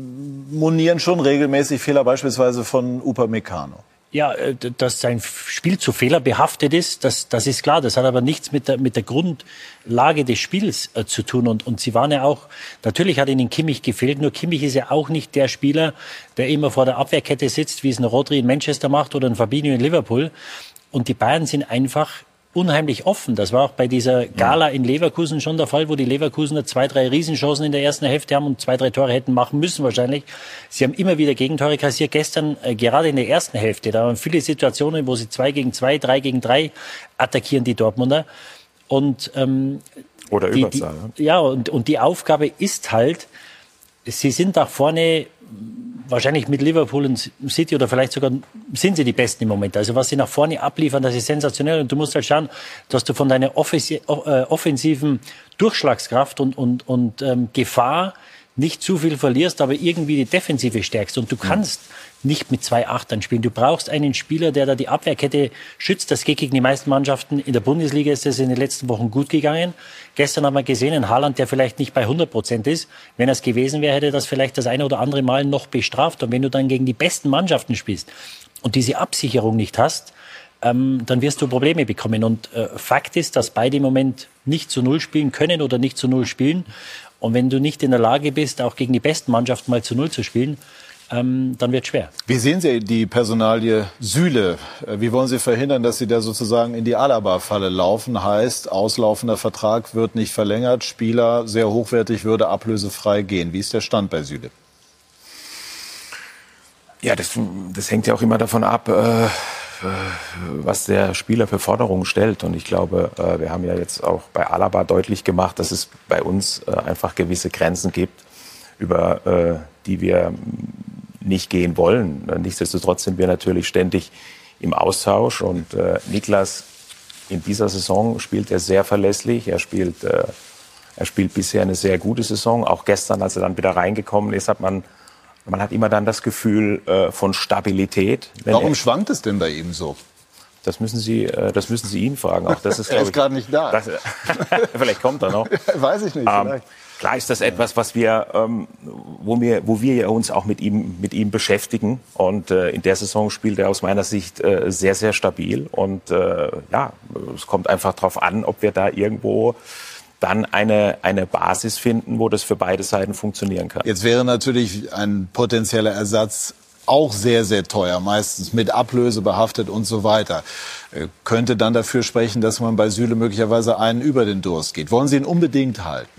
monieren schon regelmäßig Fehler, beispielsweise von Upamecano. Ja, dass sein Spiel zu Fehler behaftet ist, das ist klar. Das hat aber nichts mit der Grundlage des Spiels zu tun. Und sie waren ja auch, natürlich hat ihnen Kimmich gefehlt, nur Kimmich ist ja auch nicht der Spieler, der immer vor der Abwehrkette sitzt, wie es ein Rodri in Manchester macht oder ein Fabinho in Liverpool. Und die Bayern sind einfach unheimlich offen. Das war auch bei dieser Gala in Leverkusen schon der Fall, wo die Leverkusener 2, 3 Riesenchancen in der ersten Hälfte haben und 2, 3 Tore hätten machen müssen wahrscheinlich. Sie haben immer wieder Gegentore kassiert. Gestern, gerade in der ersten Hälfte, da waren viele Situationen, wo sie 2 gegen 2, 3 gegen 3 attackieren, die Dortmunder. Und oder Überzahl. Und die Aufgabe ist halt, sie sind nach vorne wahrscheinlich mit Liverpool und City oder vielleicht sogar sind sie die Besten im Moment. Also was sie nach vorne abliefern, das ist sensationell. Und du musst halt schauen, dass du von deiner offensiven Durchschlagskraft und Gefahr nicht zu viel verlierst, aber irgendwie die Defensive stärkst. Und du kannst nicht mit 2 Achtern spielen. Du brauchst einen Spieler, der da die Abwehrkette schützt. Das geht gegen die meisten Mannschaften. In der Bundesliga ist es in den letzten Wochen gut gegangen. Gestern haben wir gesehen, ein Haaland, der vielleicht nicht bei 100% ist. Wenn er es gewesen wäre, hätte das vielleicht das eine oder andere Mal noch bestraft. Und wenn du dann gegen die besten Mannschaften spielst und diese Absicherung nicht hast, dann wirst du Probleme bekommen. Und Fakt ist, dass beide im Moment nicht zu 0 spielen können oder nicht zu 0 spielen. Und wenn du nicht in der Lage bist, auch gegen die besten Mannschaften mal zu 0 zu spielen, dann wird es schwer. Wie sehen Sie die Personalie Süle? Wie wollen Sie verhindern, dass Sie da sozusagen in die Alaba-Falle laufen? Heißt, auslaufender Vertrag wird nicht verlängert, Spieler sehr hochwertig, würde ablösefrei gehen. Wie ist der Stand bei Süle? Ja, das hängt ja auch immer davon ab, was der Spieler für Forderungen stellt. Und ich glaube, wir haben ja jetzt auch bei Alaba deutlich gemacht, dass es bei uns einfach gewisse Grenzen gibt, über die wir nicht gehen wollen. Nichtsdestotrotz sind wir natürlich ständig im Austausch. Und Niklas in dieser Saison spielt er sehr verlässlich. Er spielt bisher eine sehr gute Saison. Auch gestern, als er dann wieder reingekommen ist, hat man hat immer dann das Gefühl von Stabilität. Warum schwankt es denn bei ihm so? Das müssen Sie ihn fragen. Auch das ist, er ist gerade nicht da. Vielleicht kommt er noch. Weiß ich nicht. Klar ist das etwas, was wir, wo wir uns auch mit ihm beschäftigen. Und in der Saison spielt er aus meiner Sicht sehr, sehr stabil. Und es kommt einfach darauf an, ob wir da irgendwo dann eine Basis finden, wo das für beide Seiten funktionieren kann. Jetzt wäre natürlich ein potenzieller Ersatz auch sehr, sehr teuer, meistens mit Ablöse behaftet und so weiter. Könnte dann dafür sprechen, dass man bei Süle möglicherweise einen über den Durst geht. Wollen Sie ihn unbedingt halten?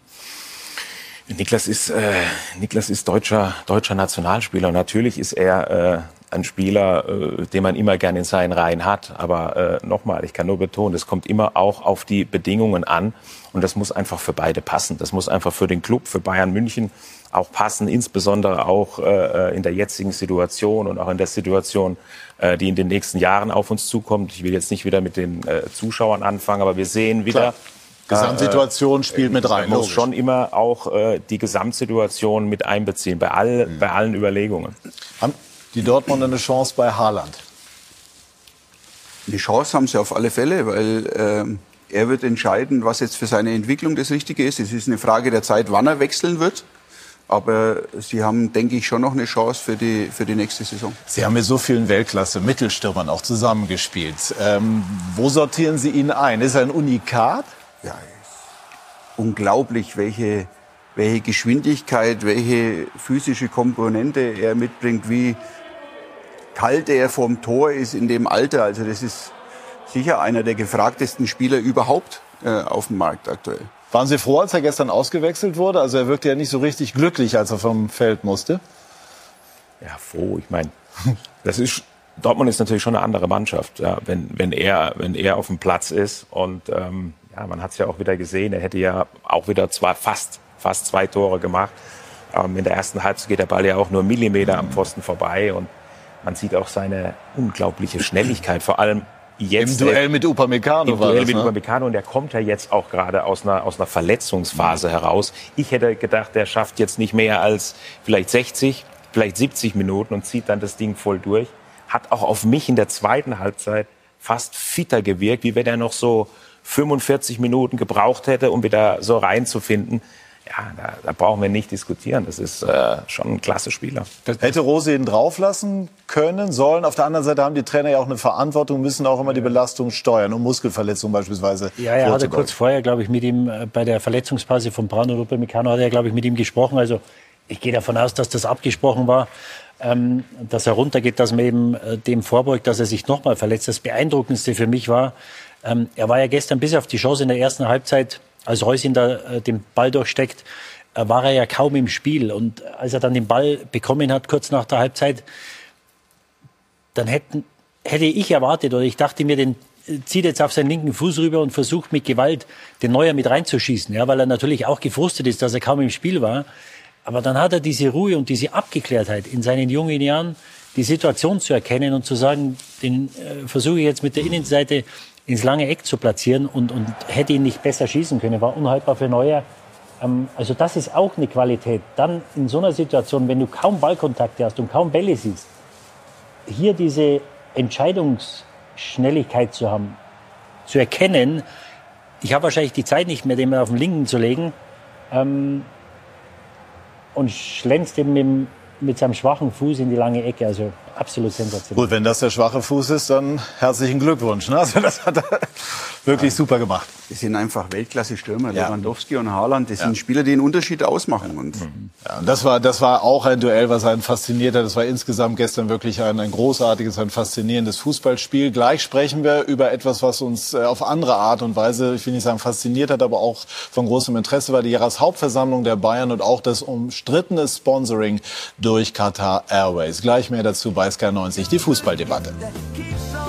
Niklas ist deutscher Nationalspieler. Und natürlich ist er ein Spieler, den man immer gern in seinen Reihen hat. Aber nochmal, ich kann nur betonen, es kommt immer auch auf die Bedingungen an. Und das muss einfach für beide passen. Das muss einfach für den Club, für Bayern München auch passen. Insbesondere auch in der jetzigen Situation und auch in der Situation, die in den nächsten Jahren auf uns zukommt. Ich will jetzt nicht wieder mit den Zuschauern anfangen, aber wir sehen wieder... Klar. Gesamtsituation spielt mit rein. Man muss schon immer auch die Gesamtsituation mit einbeziehen, bei allen Überlegungen. Haben die Dortmunder eine Chance bei Haaland? Eine Chance haben sie auf alle Fälle, weil er wird entscheiden, was jetzt für seine Entwicklung das Richtige ist. Es ist eine Frage der Zeit, wann er wechseln wird. Aber sie haben, denke ich, schon noch eine Chance für die nächste Saison. Sie haben mit so vielen Weltklasse-Mittelstürmern auch zusammengespielt. Wo sortieren Sie ihn ein? Ist er ein Unikat? Ja, unglaublich, welche Geschwindigkeit, welche physische Komponente er mitbringt, wie kalt er vom Tor ist in dem Alter. Also das ist sicher einer der gefragtesten Spieler überhaupt auf dem Markt aktuell. Waren Sie froh, als er gestern ausgewechselt wurde? Also er wirkte ja nicht so richtig glücklich, als er vom Feld musste. Ja, froh. Ich meine, Dortmund ist natürlich schon eine andere Mannschaft, ja, wenn er auf dem Platz ist. Und man hat es ja auch wieder gesehen, er hätte ja auch wieder fast 2 Tore gemacht. In der ersten Halbzeit geht der Ball ja auch nur Millimeter am Pfosten vorbei. Und man sieht auch seine unglaubliche Schnelligkeit, vor allem jetzt. Im Duell mit Upamecano war das, ne? Upamecano, und der kommt ja jetzt auch gerade aus einer Verletzungsphase heraus. Ich hätte gedacht, der schafft jetzt nicht mehr als vielleicht 60, vielleicht 70 Minuten und zieht dann das Ding voll durch. Hat auch auf mich in der zweiten Halbzeit fast fitter gewirkt, wie wenn er noch so 45 Minuten gebraucht hätte, um wieder so reinzufinden. Ja, da brauchen wir nicht diskutieren. Das ist schon ein klasse Spieler. Hätte Rose ihn drauflassen können, sollen. Auf der anderen Seite haben die Trainer ja auch eine Verantwortung, müssen auch immer die Belastung steuern, um Muskelverletzungen beispielsweise. Ja, er hatte kurz vorher, glaube ich, mit ihm bei der Verletzungspause von Brand und Upamecano hat er, glaube ich, mit ihm gesprochen. Also ich gehe davon aus, dass das abgesprochen war, dass er runtergeht, dass man eben dem vorbeugt, dass er sich nochmal verletzt. Das Beeindruckendste für mich war, er war ja gestern bis auf die Chance in der ersten Halbzeit, als Reus ihn da den Ball durchsteckt, war er ja kaum im Spiel. Und als er dann den Ball bekommen hat, kurz nach der Halbzeit, dann hätte ich erwartet, oder ich dachte mir, den zieht jetzt auf seinen linken Fuß rüber und versucht mit Gewalt den Neuer mit reinzuschießen. Ja, weil er natürlich auch gefrustet ist, dass er kaum im Spiel war. Aber dann hat er diese Ruhe und diese Abgeklärtheit in seinen jungen Jahren, die Situation zu erkennen und zu sagen, den versuche ich jetzt mit der Innenseite ins lange Eck zu platzieren und hätte ihn nicht besser schießen können, war unhaltbar für Neuer. Also das ist auch eine Qualität. Dann in so einer Situation, wenn du kaum Ballkontakte hast und kaum Bälle siehst, hier diese Entscheidungsschnelligkeit zu haben, zu erkennen, ich habe wahrscheinlich die Zeit nicht mehr, den mal auf den Linken zu legen, und schlänzt eben mit seinem schwachen Fuß in die lange Ecke. Also absolut sensationell. Gut, wenn das der schwache Fuß ist, dann herzlichen Glückwunsch. Ne? Also das hat er wirklich super gemacht. Das sind einfach Weltklasse-Stürmer. Ja. Lewandowski und Haaland, das sind Spieler, die einen Unterschied ausmachen. Und und das war auch ein Duell, was einen fasziniert hat. Das war insgesamt gestern wirklich ein großartiges, ein faszinierendes Fußballspiel. Gleich sprechen wir über etwas, was uns auf andere Art und Weise, ich will nicht sagen fasziniert hat, aber auch von großem Interesse war, die Jahreshauptversammlung der Bayern und auch das umstrittene Sponsoring durch Qatar Airways. Gleich mehr dazu bei Sky 90, die Fußballdebatte.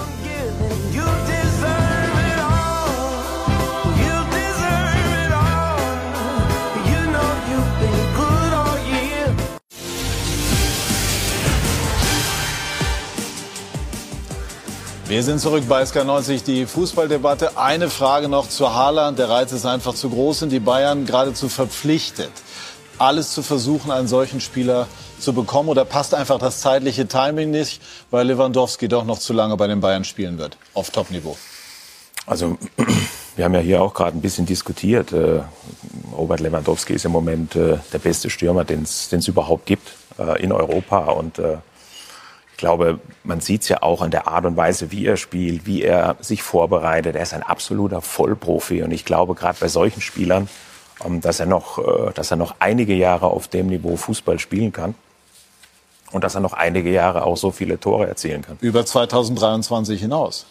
Wir sind zurück bei SK90, die Fußballdebatte. Eine Frage noch zu Haaland. Der Reiz ist einfach zu groß. Sind die Bayern geradezu verpflichtet, alles zu versuchen, einen solchen Spieler zu bekommen? Oder passt einfach das zeitliche Timing nicht, weil Lewandowski doch noch zu lange bei den Bayern spielen wird, auf Top-Niveau? Also wir haben ja hier auch gerade ein bisschen diskutiert. Robert Lewandowski ist im Moment der beste Stürmer, den es überhaupt gibt in Europa. Und ich glaube, man sieht es ja auch an der Art und Weise, wie er spielt, wie er sich vorbereitet. Er ist ein absoluter Vollprofi. Und ich glaube, gerade bei solchen Spielern, dass er noch einige Jahre auf dem Niveau Fußball spielen kann. Und dass er noch einige Jahre auch so viele Tore erzielen kann. Über 2023 hinaus.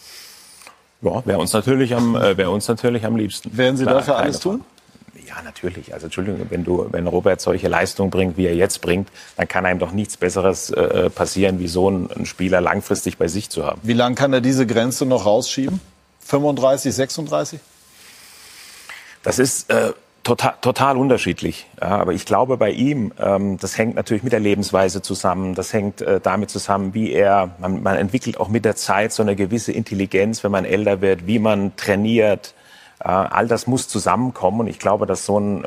Ja, wäre uns natürlich am liebsten. Werden Sie dafür alles tun? Ja, natürlich. Also Entschuldigung, wenn Robert solche Leistungen bringt, wie er jetzt bringt, dann kann einem doch nichts Besseres passieren, wie so einen Spieler langfristig bei sich zu haben. Wie lange kann er diese Grenze noch rausschieben? 35, 36? Das ist total unterschiedlich. Ja, aber ich glaube bei ihm, das hängt natürlich mit der Lebensweise zusammen. Das hängt damit zusammen, wie man entwickelt auch mit der Zeit so eine gewisse Intelligenz, wenn man älter wird, wie man trainiert. All das muss zusammenkommen. Und ich glaube, dass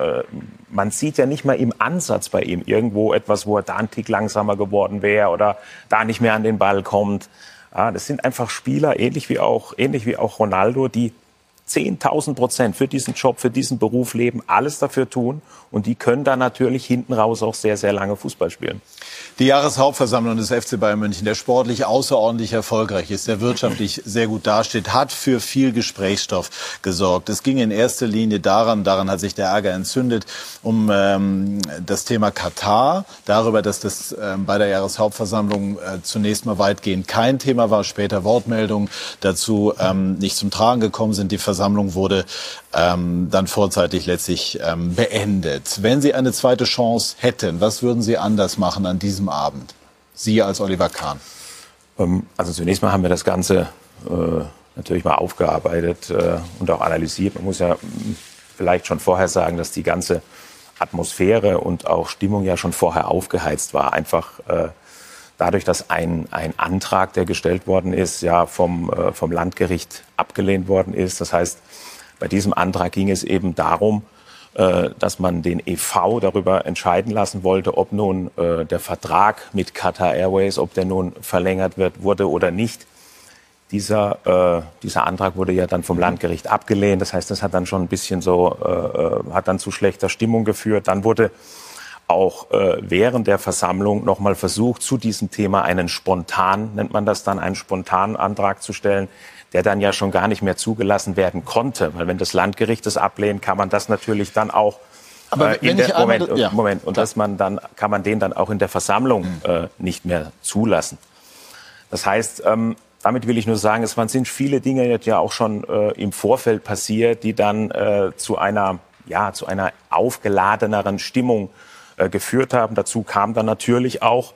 man sieht ja nicht mal im Ansatz bei ihm irgendwo etwas, wo er da einen Tick langsamer geworden wäre oder da nicht mehr an den Ball kommt. Ja, das sind einfach Spieler, ähnlich wie auch Ronaldo, die 10.000% für diesen Job, für diesen Beruf leben, alles dafür tun. Und die können dann natürlich hinten raus auch sehr, sehr lange Fußball spielen. Die Jahreshauptversammlung des FC Bayern München, der sportlich außerordentlich erfolgreich ist, der wirtschaftlich sehr gut dasteht, hat für viel Gesprächsstoff gesorgt. Es ging in erster Linie daran hat sich der Ärger entzündet, um das Thema Katar, darüber, dass das bei der Jahreshauptversammlung zunächst mal weitgehend kein Thema war, später Wortmeldungen dazu nicht zum Tragen gekommen sind. Die Versammlung wurde dann vorzeitig letztlich beendet. Wenn Sie eine zweite Chance hätten, was würden Sie anders machen an diesem Abend? Sie als Oliver Kahn. Also zunächst mal haben wir das Ganze natürlich mal aufgearbeitet und auch analysiert. Man muss ja vielleicht schon vorher sagen, dass die ganze Atmosphäre und auch Stimmung ja schon vorher aufgeheizt war. Einfach dadurch, dass ein Antrag, der gestellt worden ist, ja vom Landgericht abgelehnt worden ist. Das heißt, bei diesem Antrag ging es eben darum, dass man den e.V. darüber entscheiden lassen wollte, ob nun der Vertrag mit Qatar Airways, ob der nun verlängert wurde oder nicht. Dieser Antrag wurde ja dann vom Landgericht abgelehnt. Das heißt, das hat dann schon ein bisschen hat dann zu schlechter Stimmung geführt. Dann wurde auch während der Versammlung noch mal versucht, zu diesem Thema einen nennt man das dann, einen spontanen Antrag zu stellen, der dann ja schon gar nicht mehr zugelassen werden konnte. Weil wenn das Landgericht das ablehnt, kann man das natürlich dann auch kann man den dann auch in der Versammlung nicht mehr zulassen. Das heißt, damit will ich nur sagen, es sind viele Dinge jetzt ja auch schon im Vorfeld passiert, die dann zu einer aufgeladeneren Stimmung geführt haben. Dazu kam dann natürlich auch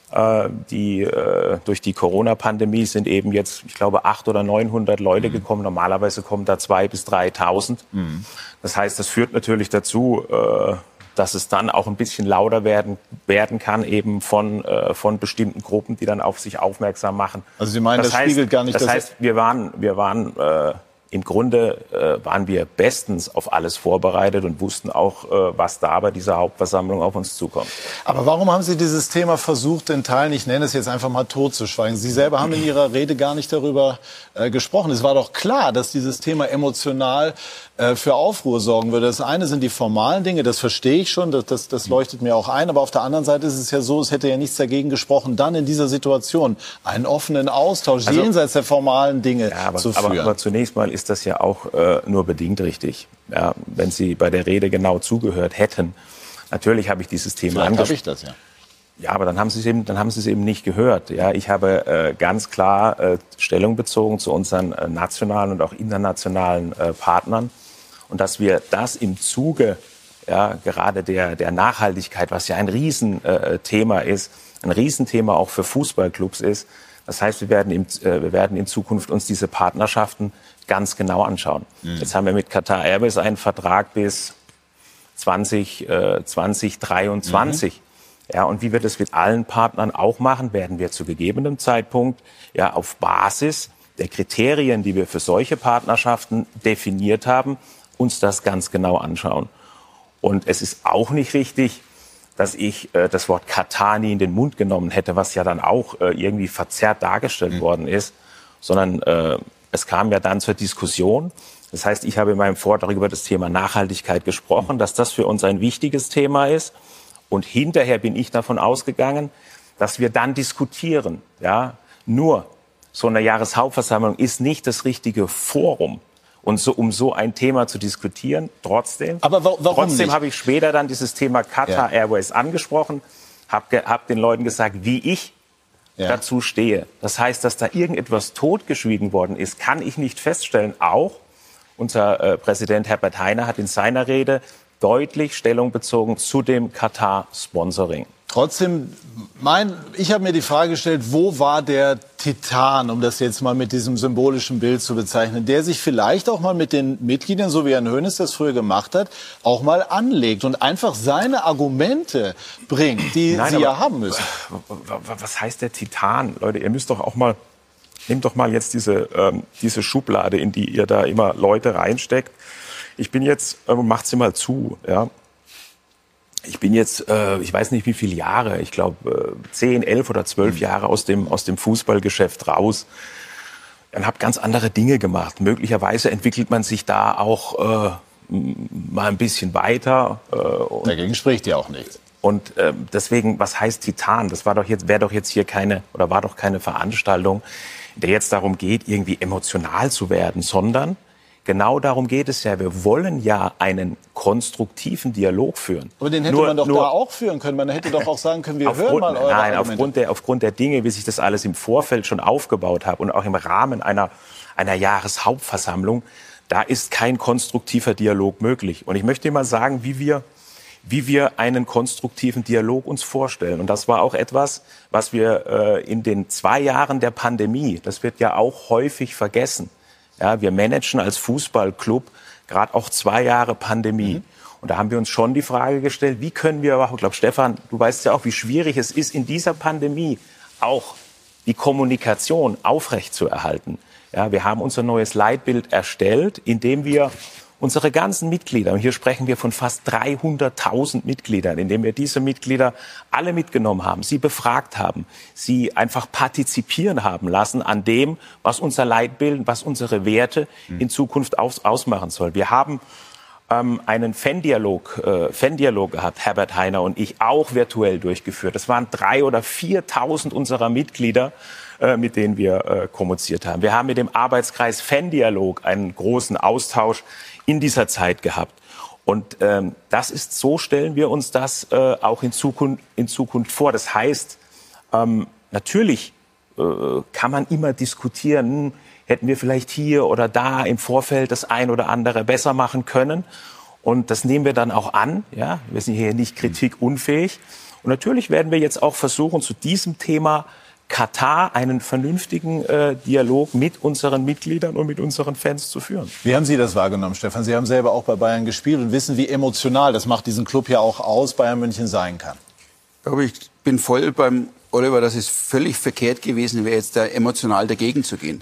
durch die Corona-Pandemie sind eben jetzt, ich glaube, 800 oder 900 Leute gekommen. Normalerweise kommen da 2.000 bis 3.000. Das heißt, das führt natürlich dazu, dass es dann auch ein bisschen lauter werden kann, eben von bestimmten Gruppen, die dann auf sich aufmerksam machen. Also Sie meinen, das spiegelt gar nicht das heißt, wir waren im Grunde waren wir bestens auf alles vorbereitet und wussten auch, was da bei dieser Hauptversammlung auf uns zukommt. Aber warum haben Sie dieses Thema versucht, in Teilen, ich nenne es jetzt einfach mal totzuschweigen? Sie selber haben in Ihrer Rede gar nicht darüber gesprochen. Es war doch klar, dass dieses Thema emotional für Aufruhr sorgen würde. Das eine sind die formalen Dinge, das verstehe ich schon, das leuchtet mir auch ein. Aber auf der anderen Seite ist es ja so, es hätte ja nichts dagegen gesprochen, dann in dieser Situation einen offenen Austausch jenseits der formalen Dinge zu führen. Aber zunächst mal ist das ja auch nur bedingt richtig. Ja, wenn Sie bei der Rede genau zugehört hätten, natürlich habe ich dieses Thema angesprochen. Ja, aber dann haben Sie es eben nicht gehört. Ja, ich habe ganz klar Stellung bezogen zu unseren nationalen und auch internationalen Partnern. Und dass wir das im Zuge gerade der Nachhaltigkeit, was ja ein Riesenthema ist, ein Riesenthema auch für Fußballclubs ist. Das heißt, wir werden in Zukunft uns diese Partnerschaften ganz genau anschauen. Jetzt haben wir mit Qatar Airways einen Vertrag bis 2023. Ja, und wie wir das mit allen Partnern auch machen, werden wir zu gegebenem Zeitpunkt ja auf Basis der Kriterien, die wir für solche Partnerschaften definiert haben, uns das ganz genau anschauen. Und es ist auch nicht richtig, dass ich das Wort Katar nie in den Mund genommen hätte, was ja dann auch irgendwie verzerrt dargestellt worden ist, sondern es kam ja dann zur Diskussion. Das heißt, ich habe in meinem Vortrag über das Thema Nachhaltigkeit gesprochen, dass das für uns ein wichtiges Thema ist. Und hinterher bin ich davon ausgegangen, dass wir dann diskutieren. Ja? Nur so eine Jahreshauptversammlung ist nicht das richtige Forum, um so ein Thema zu diskutieren. Trotzdem habe ich später dann dieses Thema Qatar Airways angesprochen, habe den Leuten gesagt, wie ich dazu stehe. Das heißt, dass da irgendetwas totgeschwiegen worden ist, kann ich nicht feststellen. Auch unser Präsident Herbert Hainer hat in seiner Rede deutlich Stellung bezogen zu dem Katar-Sponsoring. Trotzdem, ich habe mir die Frage gestellt, wo war der Titan, um das jetzt mal mit diesem symbolischen Bild zu bezeichnen, der sich vielleicht auch mal mit den Mitgliedern, so wie Herrn Hoeneß das früher gemacht hat, auch mal anlegt und einfach seine Argumente bringt, die sie ja haben müssen. Was heißt der Titan? Leute, ihr müsst doch auch mal, nehmt doch mal jetzt diese Schublade, in die ihr da immer Leute reinsteckt. Ich bin jetzt, macht sie mal zu, ja. Ich bin jetzt, ich weiß nicht wie viele Jahre, ich glaube 10, 11 oder 12 Jahre aus dem Fußballgeschäft raus. Und habe ganz andere Dinge gemacht. Möglicherweise entwickelt man sich da auch mal ein bisschen weiter. Dagegen spricht ja auch nichts. Und deswegen, was heißt Titan? Das wäre doch jetzt hier keine Veranstaltung, in der jetzt darum geht, irgendwie emotional zu werden, sondern genau darum geht es ja. Wir wollen ja einen konstruktiven Dialog führen. Aber den hätte man doch da auch führen können. Man hätte doch auch sagen können, wir hören mal eure Argumente. Aufgrund der Dinge, wie sich das alles im Vorfeld schon aufgebaut hat und auch im Rahmen einer Jahreshauptversammlung, da ist kein konstruktiver Dialog möglich. Und ich möchte mal sagen, wie wir einen konstruktiven Dialog uns vorstellen. Und das war auch etwas, was wir in den 2 Jahren der Pandemie, das wird ja auch häufig vergessen. Ja, wir managen als Fußballclub gerade auch 2 Jahre Pandemie. Und da haben wir uns schon die Frage gestellt, wie können wir, ich glaube, Stefan, du weißt ja auch, wie schwierig es ist, in dieser Pandemie auch die Kommunikation aufrechtzuerhalten. Ja, wir haben unser neues Leitbild erstellt, indem wir unsere ganzen Mitglieder, und hier sprechen wir von fast 300.000 Mitgliedern, indem wir diese Mitglieder alle mitgenommen haben, sie befragt haben, sie einfach partizipieren haben lassen an dem, was unser Leitbild, was unsere Werte in Zukunft ausmachen soll. Wir haben einen Fan-Dialog gehabt, Herbert Hainer und ich, auch virtuell durchgeführt. Das waren 3.000 oder 4.000 unserer Mitglieder, mit denen wir kommuniziert haben. Wir haben mit dem Arbeitskreis Fan-Dialog einen großen Austausch in dieser Zeit gehabt. Und das ist, so stellen wir uns das auch in Zukunft vor. Das heißt, natürlich kann man immer diskutieren, hätten wir vielleicht hier oder da im Vorfeld das ein oder andere besser machen können. Und das nehmen wir dann auch an. Ja? Wir sind hier nicht kritikunfähig. Und natürlich werden wir jetzt auch versuchen, zu diesem Thema Katar einen vernünftigen Dialog mit unseren Mitgliedern und mit unseren Fans zu führen. Wie haben Sie das wahrgenommen, Stefan? Sie haben selber auch bei Bayern gespielt und wissen, wie emotional, das macht diesen Club ja auch aus, Bayern München sein kann. Aber ich bin voll beim Oliver, dass es völlig verkehrt gewesen wäre, jetzt da emotional dagegen zu gehen.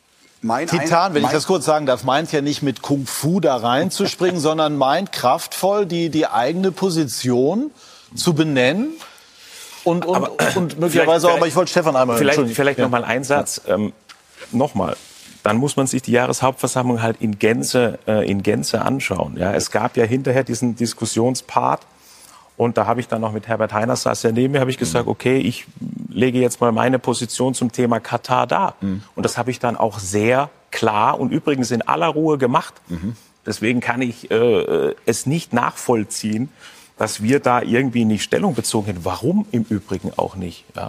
Titan, wenn ich das kurz sagen darf, meint ja nicht mit Kung Fu da reinzuspringen, sondern meint kraftvoll die eigene Position zu benennen. Und möglicherweise auch, aber ich wollte Stefan einmal... Vielleicht noch mal ein Satz. Nochmal, dann muss man sich die Jahreshauptversammlung halt in Gänze anschauen. Ja, es gab ja hinterher diesen Diskussionspart und da habe ich dann noch mit Herbert Hainer, saß ja neben mir, habe ich gesagt, okay, ich lege jetzt mal meine Position zum Thema Katar dar. Und das habe ich dann auch sehr klar und übrigens in aller Ruhe gemacht. Deswegen kann ich es nicht nachvollziehen, dass wir da irgendwie nicht Stellung bezogen hätten. Warum im Übrigen auch nicht? Ja.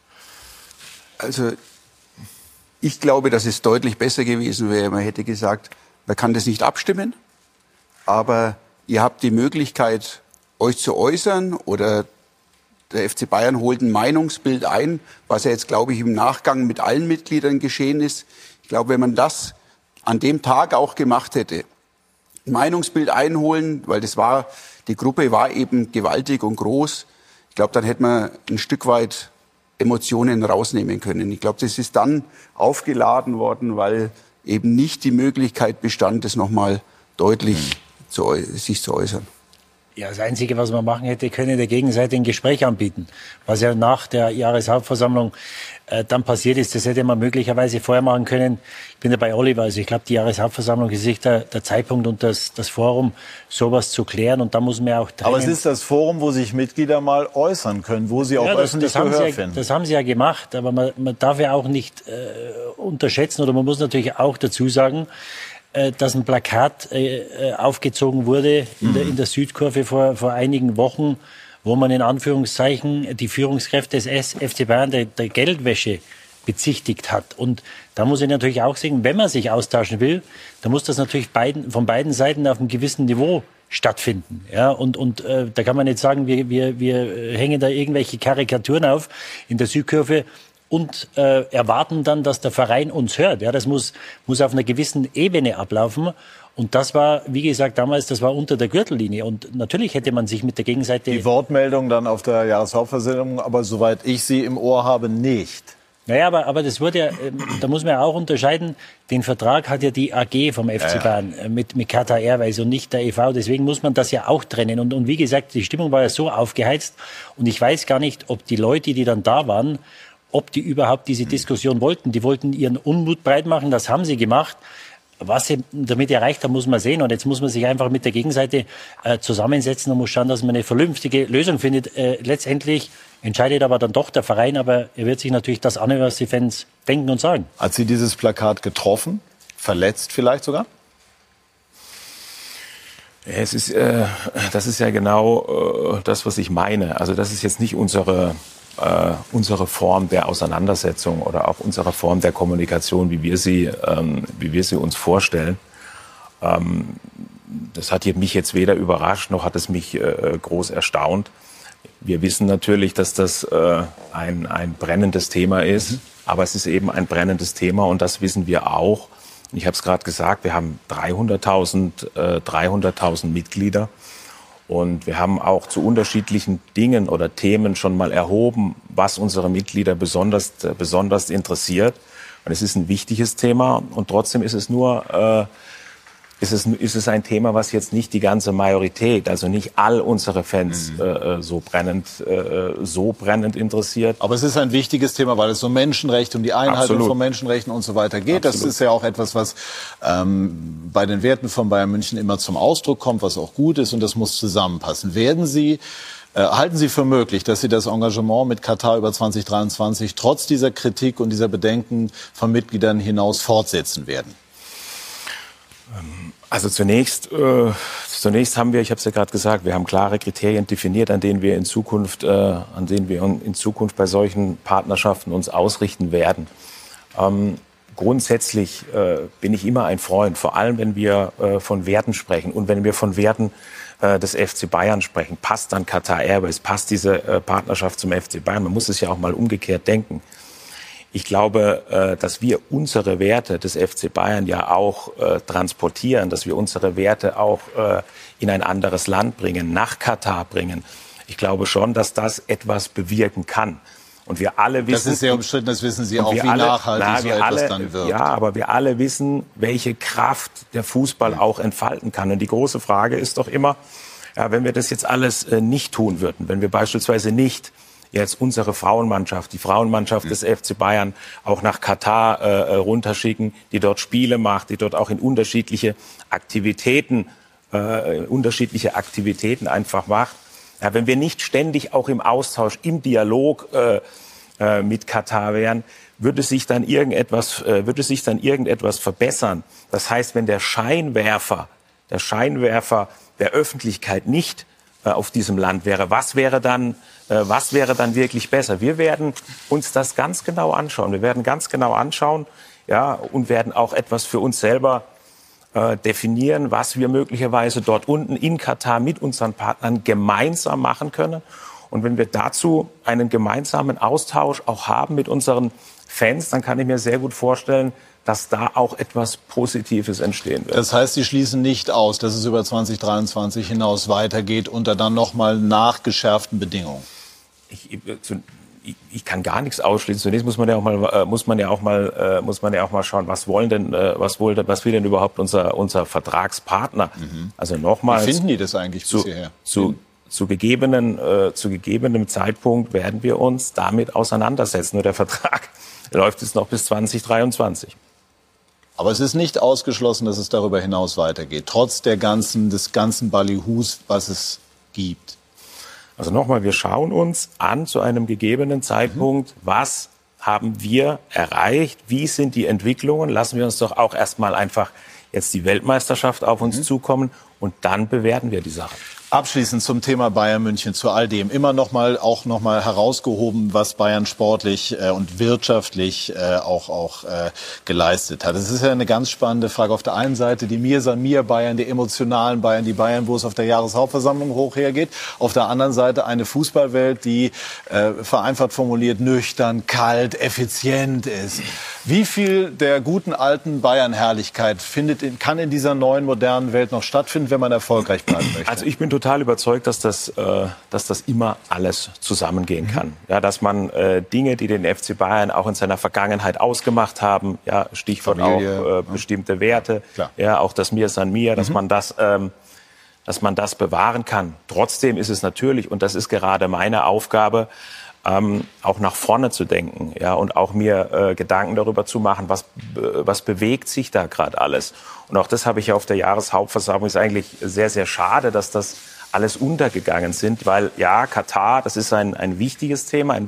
Also ich glaube, dass es deutlich besser gewesen wäre. Man hätte gesagt, man kann das nicht abstimmen, aber ihr habt die Möglichkeit, euch zu äußern oder der FC Bayern holt ein Meinungsbild ein, was ja jetzt, glaube ich, im Nachgang mit allen Mitgliedern geschehen ist. Ich glaube, wenn man das an dem Tag auch gemacht hätte, ein Meinungsbild einholen, weil die Gruppe war eben gewaltig und groß. Ich glaube, dann hätte man ein Stück weit Emotionen rausnehmen können. Ich glaube, das ist dann aufgeladen worden, weil eben nicht die Möglichkeit bestand, das nochmal deutlich sich zu äußern. Ja, das Einzige, was man machen hätte können, der Gegenseite ein Gespräch anbieten. Was ja nach der Jahreshauptversammlung dann passiert ist, das hätte man möglicherweise vorher machen können. Ich bin da bei Oliver, also ich glaube, die Jahreshauptversammlung ist nicht der Zeitpunkt und das Forum, sowas zu klären. Und da muss man ja auch Aber es ist das Forum, wo sich Mitglieder mal äußern können, wo sie auch öffentlich Gehör finden. Das haben sie ja gemacht, aber man darf ja auch nicht unterschätzen, oder man muss natürlich auch dazu sagen, dass ein Plakat aufgezogen wurde in der Südkurve vor einigen Wochen, wo man in Anführungszeichen die Führungskräfte des FC Bayern der Geldwäsche bezichtigt hat. Und da muss ich natürlich auch sagen, wenn man sich austauschen will, dann muss das natürlich von beiden Seiten auf einem gewissen Niveau stattfinden. Ja, und da kann man nicht sagen, wir hängen da irgendwelche Karikaturen auf in der Südkurve und erwarten dann, dass der Verein uns hört. Ja, das muss auf einer gewissen Ebene ablaufen. Und das war, wie gesagt, damals, das war unter der Gürtellinie. Und natürlich hätte man sich mit der Gegenseite... Die Wortmeldung dann auf der Jahreshauptversammlung, aber soweit ich sie im Ohr habe, nicht. Naja, aber das wurde ja, da muss man ja auch unterscheiden, den Vertrag hat ja die AG vom FC Bayern mit Qatar Airways und nicht der e.V., deswegen muss man das ja auch trennen. Und wie gesagt, die Stimmung war ja so aufgeheizt und ich weiß gar nicht, ob die Leute, die dann da waren, ob die überhaupt diese Diskussion wollten. Die wollten ihren Unmut breit machen, das haben sie gemacht. Was sie damit erreicht haben, muss man sehen. Und jetzt muss man sich einfach mit der Gegenseite zusammensetzen und muss schauen, dass man eine vernünftige Lösung findet. Letztendlich entscheidet aber dann doch der Verein, aber er wird sich natürlich das anhören, was die Fans denken und sagen. Hat sie dieses Plakat getroffen? Verletzt vielleicht sogar? Es ist, das ist ja genau das, was ich meine. Also das ist jetzt nicht unsere Form der Auseinandersetzung oder auch unsere Form der Kommunikation, wie wir sie uns vorstellen. Das hat mich jetzt weder überrascht, noch hat es mich groß erstaunt. Wir wissen natürlich, dass das ein brennendes Thema ist, aber es ist eben ein brennendes Thema und das wissen wir auch. Ich habe es gerade gesagt, wir haben 300.000 Mitglieder. Und wir haben auch zu unterschiedlichen Dingen oder Themen schon mal erhoben, was unsere Mitglieder besonders interessiert. Und es ist ein wichtiges Thema und trotzdem ist es ist es ein Thema, was jetzt nicht die ganze Majorität, also nicht all unsere Fans so brennend interessiert. Aber es ist ein wichtiges Thema, weil es um Menschenrechte, um die Einhaltung von Menschenrechten und so weiter geht. Absolut. Das ist ja auch etwas, was bei den Werten von Bayern München immer zum Ausdruck kommt, was auch gut ist und das muss zusammenpassen. Halten Sie für möglich, dass Sie das Engagement mit Katar über 2023 trotz dieser Kritik und dieser Bedenken von Mitgliedern hinaus fortsetzen werden? Also zunächst haben wir, ich habe es ja gerade gesagt, wir haben klare Kriterien definiert, an denen wir in Zukunft bei solchen Partnerschaften uns ausrichten werden. Grundsätzlich bin ich immer ein Freund, vor allem wenn wir von Werten sprechen und wenn wir von Werten des FC Bayern sprechen, passt dann Qatar Airways, passt diese Partnerschaft zum FC Bayern. Man muss es ja auch mal umgekehrt denken. Ich glaube, dass wir unsere Werte des FC Bayern ja auch transportieren, dass wir unsere Werte auch in ein anderes Land bringen, nach Katar bringen. Ich glaube schon, dass das etwas bewirken kann. Und wir alle wissen... Das ist sehr umstritten, das wissen Sie auch, wie nachhaltig so etwas dann wirkt. Ja, aber wir alle wissen, welche Kraft der Fußball auch entfalten kann. Und die große Frage ist doch immer, ja, wenn wir das jetzt alles nicht tun würden, wenn wir beispielsweise nicht jetzt unsere Frauenmannschaft, die Frauenmannschaft des FC Bayern auch nach Katar runterschicken, die dort Spiele macht, die dort auch in unterschiedliche Aktivitäten einfach macht. Ja, wenn wir nicht ständig auch im Austausch, im Dialog mit Katar wären, würde sich dann irgendetwas verbessern. Das heißt, wenn der Scheinwerfer der Öffentlichkeit nicht auf diesem Land wäre, was wäre dann wirklich besser? Wir werden uns das ganz genau anschauen. Wir werden ganz genau anschauen, ja, und werden auch etwas für uns selber definieren, was wir möglicherweise dort unten in Katar mit unseren Partnern gemeinsam machen können. Und wenn wir dazu einen gemeinsamen Austausch auch haben mit unseren Fans, dann kann ich mir sehr gut vorstellen, dass da auch etwas Positives entstehen wird. Das heißt, Sie schließen nicht aus, dass es über 2023 hinaus weitergeht unter dann nochmal nachgeschärften Bedingungen? Ich kann gar nichts ausschließen. Zunächst muss man ja auch mal schauen, was will denn überhaupt unser Vertragspartner? Also nochmals. Wie finden die das eigentlich bisher? Zu gegebenem Zeitpunkt werden wir uns damit auseinandersetzen. Nur der Vertrag läuft jetzt noch bis 2023. Aber es ist nicht ausgeschlossen, dass es darüber hinaus weitergeht, trotz des ganzen Ballyhus, was es gibt. Also nochmal, wir schauen uns an zu einem gegebenen Zeitpunkt, was haben wir erreicht, wie sind die Entwicklungen, lassen wir uns doch auch erstmal einfach jetzt die Weltmeisterschaft auf uns zukommen und dann bewerten wir die Sache. Abschließend zum Thema Bayern München, zu all dem. Immer noch mal herausgehoben, was Bayern sportlich und wirtschaftlich auch geleistet hat. Es ist ja eine ganz spannende Frage. Auf der einen Seite die Mir san mir Bayern, die emotionalen Bayern, die Bayern, wo es auf der Jahreshauptversammlung hoch hergeht. Auf der anderen Seite eine Fußballwelt, die vereinfacht formuliert nüchtern, kalt, effizient ist. Wie viel der guten alten Bayern-Herrlichkeit kann in dieser neuen modernen Welt noch stattfinden, wenn man erfolgreich bleiben möchte? Also ich bin total überzeugt, dass das immer alles zusammengehen kann. Ja, dass man Dinge, die den FC Bayern auch in seiner Vergangenheit ausgemacht haben, ja, Stichwort Familie, auch bestimmte Werte, ja, auch das Mir san mir, dass man das bewahren kann. Trotzdem ist es natürlich, und das ist gerade meine Aufgabe, auch nach vorne zu denken, ja, und auch mir Gedanken darüber zu machen, was bewegt sich da gerade alles. Und auch das habe ich ja auf der Jahreshauptversammlung. Ist eigentlich sehr, sehr schade, dass das alles untergegangen sind, weil ja, Katar, das ist ein wichtiges Thema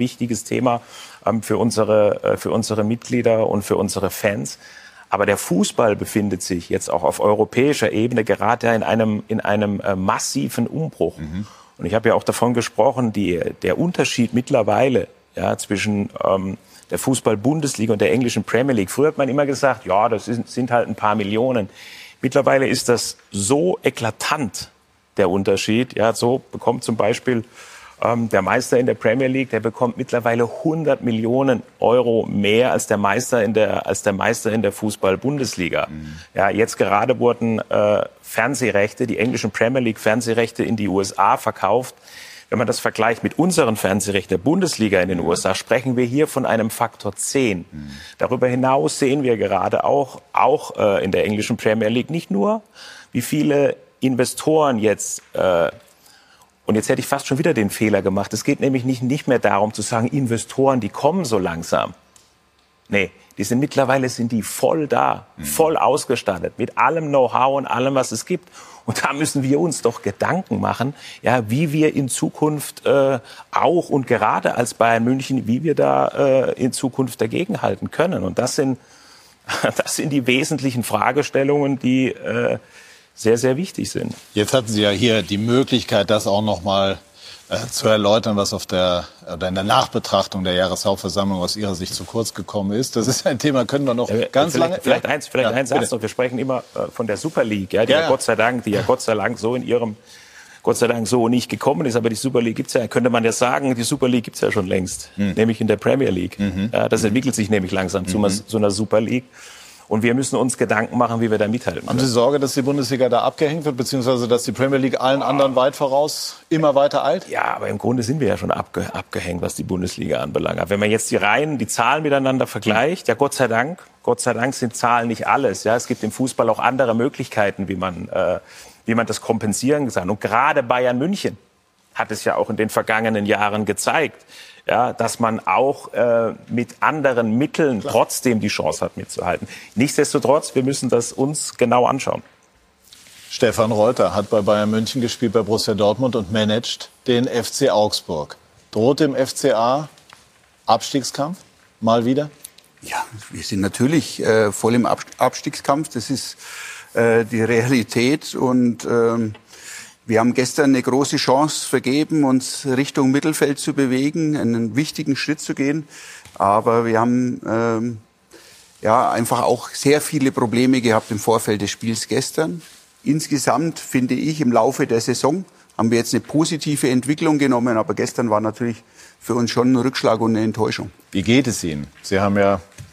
für unsere Mitglieder und für unsere Fans. Aber der Fußball befindet sich jetzt auch auf europäischer Ebene gerade in einem massiven Umbruch. Und ich habe ja auch davon gesprochen, der Unterschied mittlerweile zwischen der Fußball-Bundesliga und der englischen Premier League. Früher hat man immer gesagt, ja, das sind halt ein paar Millionen. Mittlerweile ist das so eklatant, der Unterschied. Ja, so bekommt zum Beispiel der Meister in der Premier League, der bekommt mittlerweile 100 Millionen Euro mehr als der Meister in der Fußball-Bundesliga. Ja, jetzt gerade wurden Fernsehrechte, die englischen Premier League Fernsehrechte in die USA verkauft. Wenn man das vergleicht mit unseren Fernsehrechten der Bundesliga in den USA, sprechen wir hier von einem Faktor 10. Darüber hinaus sehen wir gerade auch in der englischen Premier League nicht nur, wie viele Investoren jetzt und jetzt hätte ich fast schon wieder den Fehler gemacht. Es geht nämlich nicht mehr darum zu sagen, Investoren, die kommen so langsam. Nee, mittlerweile sind die voll da, voll ausgestattet, mit allem Know-how und allem, was es gibt. Und da müssen wir uns doch Gedanken machen, ja, wie wir in Zukunft auch und gerade als Bayern München, wie wir da in Zukunft dagegenhalten können. Und das sind die wesentlichen Fragestellungen, die sehr, sehr wichtig sind. Jetzt hatten Sie ja hier die Möglichkeit, das auch noch mal zu erläutern, was in der Nachbetrachtung der Jahreshauptversammlung aus Ihrer Sicht zu kurz gekommen ist. Das ist ein Thema, können wir noch ganz lange... Vielleicht ein Satz noch. Wir sprechen immer von der Super League, die ja Gott sei Dank so nicht gekommen ist. Aber die Super League gibt's ja, könnte man ja sagen, die Super League gibt's ja schon längst. Nämlich in der Premier League. Ja, das entwickelt sich nämlich langsam zu einer Super League. Und wir müssen uns Gedanken machen, wie wir da mithalten können. Haben Sie Sorge, dass die Bundesliga da abgehängt wird, beziehungsweise dass die Premier League allen anderen weit voraus immer weiter eilt? Ja, aber im Grunde sind wir ja schon abgehängt, was die Bundesliga anbelangt. Wenn man jetzt die Zahlen miteinander vergleicht, ja Gott sei Dank sind Zahlen nicht alles. Ja, es gibt im Fußball auch andere Möglichkeiten, wie man das kompensieren kann. Und gerade Bayern München hat es ja auch in den vergangenen Jahren gezeigt, ja, dass man auch mit anderen Mitteln trotzdem die Chance hat, mitzuhalten. Nichtsdestotrotz, wir müssen das uns genau anschauen. Stefan Reuter hat bei Bayern München gespielt, bei Borussia Dortmund und managt den FC Augsburg. Droht dem FCA Abstiegskampf? Mal wieder? Ja, wir sind natürlich voll im Abstiegskampf. Das ist die Realität und wir haben gestern eine große Chance vergeben, uns Richtung Mittelfeld zu bewegen, einen wichtigen Schritt zu gehen. Aber wir haben einfach auch sehr viele Probleme gehabt im Vorfeld des Spiels gestern. Insgesamt finde ich, im Laufe der Saison haben wir jetzt eine positive Entwicklung genommen. Aber gestern war natürlich für uns schon ein Rückschlag und eine Enttäuschung. Wie geht es Ihnen? Sie haben ja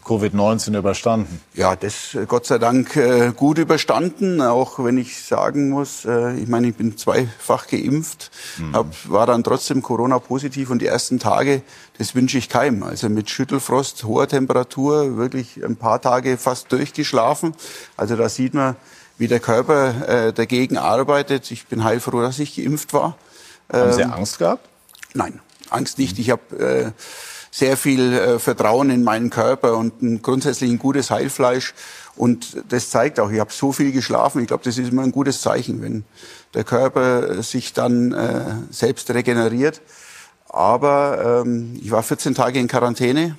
Covid-19 überstanden. Ja, das Gott sei Dank gut überstanden, auch wenn ich sagen muss, ich meine, ich bin zweifach geimpft, war dann trotzdem Corona-positiv und die ersten Tage, das wünsche ich keinem. Also mit Schüttelfrost, hoher Temperatur, wirklich ein paar Tage fast durchgeschlafen. Also da sieht man, wie der Körper dagegen arbeitet. Ich bin heilfroh, dass ich geimpft war. Haben Sie Angst gehabt? Nein, Angst nicht. Ich habe sehr viel Vertrauen in meinen Körper und grundsätzlich ein gutes Heilfleisch. Und das zeigt auch, ich habe so viel geschlafen. Ich glaube, das ist immer ein gutes Zeichen, wenn der Körper sich dann selbst regeneriert. Aber ich war 14 Tage in Quarantäne.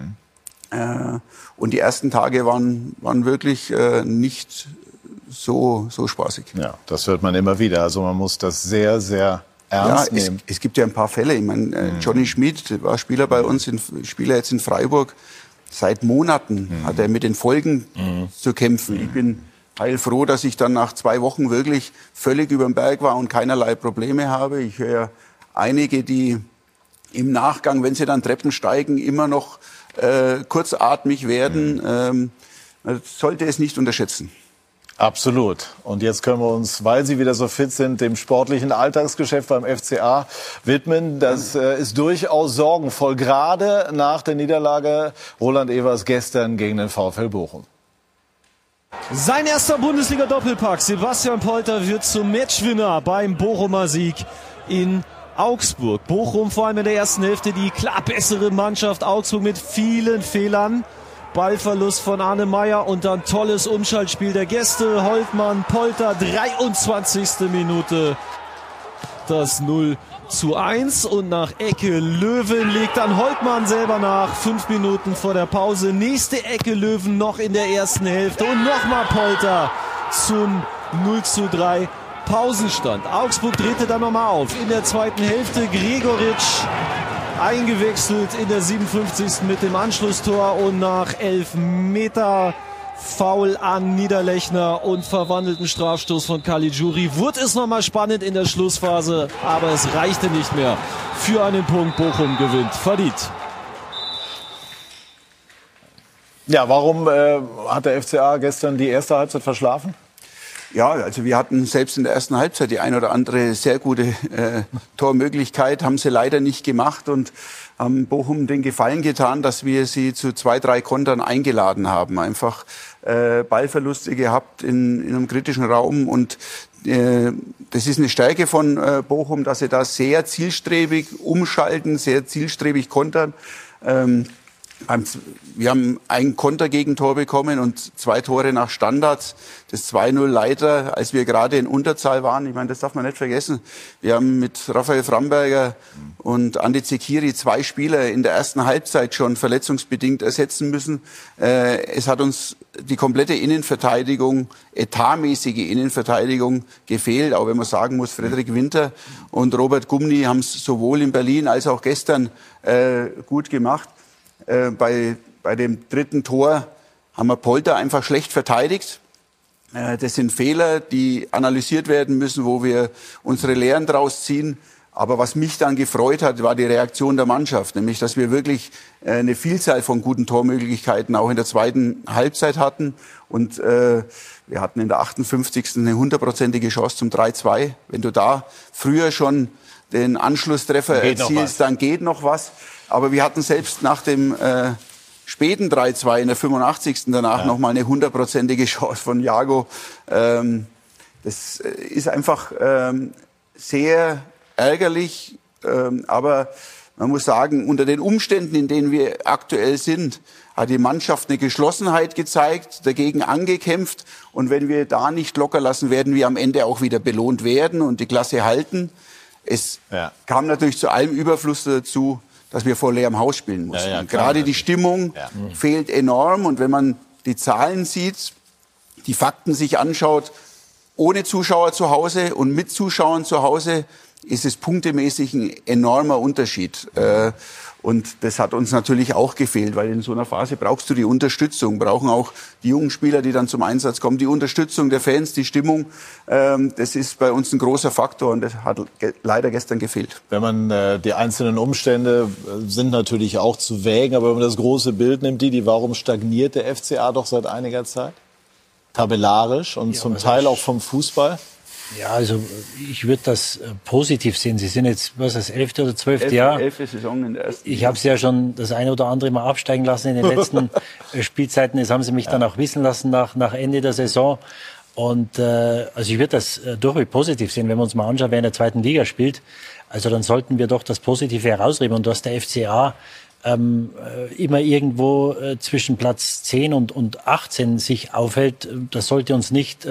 Und die ersten Tage waren wirklich nicht so spaßig. Ja, das hört man immer wieder. Also man muss das sehr, sehr ernst nehmen. Es gibt ja ein paar Fälle. Ich meine, Johnny Schmid war Spieler bei uns, Spieler jetzt in Freiburg. Seit Monaten hat er mit den Folgen zu kämpfen. Ich bin heilfroh, dass ich dann nach 2 Wochen wirklich völlig über den Berg war und keinerlei Probleme habe. Ich höre einige, die im Nachgang, wenn sie dann Treppen steigen, immer noch kurzatmig werden. Man sollte es nicht unterschätzen. Absolut. Und jetzt können wir uns, weil Sie wieder so fit sind, dem sportlichen Alltagsgeschäft beim FCA widmen. Das ist durchaus sorgenvoll, gerade nach der Niederlage Roland Evers gestern gegen den VfL Bochum. Sein erster Bundesliga-Doppelpack. Sebastian Polter wird zum Matchwinner beim Bochumer Sieg in Augsburg. Bochum vor allem in der ersten Hälfte die klar bessere Mannschaft. Augsburg mit vielen Fehlern. Ballverlust von Arne Meyer und dann tolles Umschaltspiel der Gäste. Holtmann, Polter, 23. Minute. Das 0:1 und nach Ecke Löwen legt dann Holtmann selber nach. 5 Minuten vor der Pause. Nächste Ecke Löwen noch in der ersten Hälfte und nochmal Polter zum 0:3. Pausenstand. Augsburg drehte dann nochmal auf. In der zweiten Hälfte Gregoritsch eingewechselt in der 57. mit dem Anschlusstor und nach 11 Meter Foul an Niederlechner und verwandelten Strafstoß von Caligiuri. Wurde es nochmal spannend in der Schlussphase, aber es reichte nicht mehr für einen Punkt. Bochum gewinnt verdient. Ja, warum hat der FCA gestern die erste Halbzeit verschlafen? Ja, also wir hatten selbst in der ersten Halbzeit die ein oder andere sehr gute Tormöglichkeit, haben sie leider nicht gemacht und haben Bochum den Gefallen getan, dass wir sie zu 2, 3 Kontern eingeladen haben. Einfach Ballverluste gehabt in einem kritischen Raum und das ist eine Stärke von Bochum, dass sie da sehr zielstrebig umschalten, sehr zielstrebig kontern. Wir haben ein Kontergegentor bekommen und 2 Tore nach Standards. Das 2:0 leider, als wir gerade in Unterzahl waren. Ich meine, das darf man nicht vergessen. Wir haben mit Raphael Framberger und Andi Zekiri 2 Spieler in der ersten Halbzeit schon verletzungsbedingt ersetzen müssen. Es hat uns die komplette Innenverteidigung, etatmäßige Innenverteidigung gefehlt. Auch wenn man sagen muss, Frederik Winter und Robert Gumni haben es sowohl in Berlin als auch gestern gut gemacht. Bei dem dritten Tor haben wir Polter einfach schlecht verteidigt. Das sind Fehler, die analysiert werden müssen, wo wir unsere Lehren draus ziehen. Aber was mich dann gefreut hat, war die Reaktion der Mannschaft. Nämlich, dass wir wirklich eine Vielzahl von guten Tormöglichkeiten auch in der zweiten Halbzeit hatten. Und wir hatten in der 58. eine 100%ige Chance zum 3:2. Wenn du da früher schon den Anschlusstreffer erzielst, dann geht noch was. Aber wir hatten selbst nach dem späten 3:2 in der 85. danach nochmal eine 100%ige Chance von Jago. Das ist einfach sehr ärgerlich. Aber man muss sagen, unter den Umständen, in denen wir aktuell sind, hat die Mannschaft eine Geschlossenheit gezeigt, dagegen angekämpft. Und wenn wir da nicht locker lassen, werden wir am Ende auch wieder belohnt werden und die Klasse halten. Es kam natürlich zu allem Überfluss dazu, dass wir vor leerem Haus spielen mussten. Ja, gerade die Stimmung fehlt enorm. Und wenn man die Zahlen sieht, die Fakten sich anschaut, ohne Zuschauer zu Hause und mit Zuschauern zu Hause, ist es punktemäßig ein enormer Unterschied. Und das hat uns natürlich auch gefehlt, weil in so einer Phase brauchst du die Unterstützung, brauchen auch die jungen Spieler, die dann zum Einsatz kommen, die Unterstützung der Fans, die Stimmung. Das ist bei uns ein großer Faktor und das hat leider gestern gefehlt. Wenn man die einzelnen Umstände sind natürlich auch zu wägen, aber wenn man das große Bild nimmt, warum stagniert der FCA doch seit einiger Zeit? Tabellarisch und zum Teil auch vom Fußball? Ja, also ich würde das positiv sehen. Sie sind jetzt, das 11. oder 12. Jahr. 11. Saison in der ersten. Ich habe Sie ja schon das eine oder andere Mal absteigen lassen in den letzten Spielzeiten. Jetzt haben Sie mich dann auch wissen lassen nach Ende der Saison. Und also ich würde das durchweg positiv sehen, wenn wir uns mal anschauen, wer in der 2. Liga spielt. Also dann sollten wir doch das Positive herausheben. Und dass der FCA immer irgendwo zwischen Platz 10 und 18 sich aufhält, das sollte uns nicht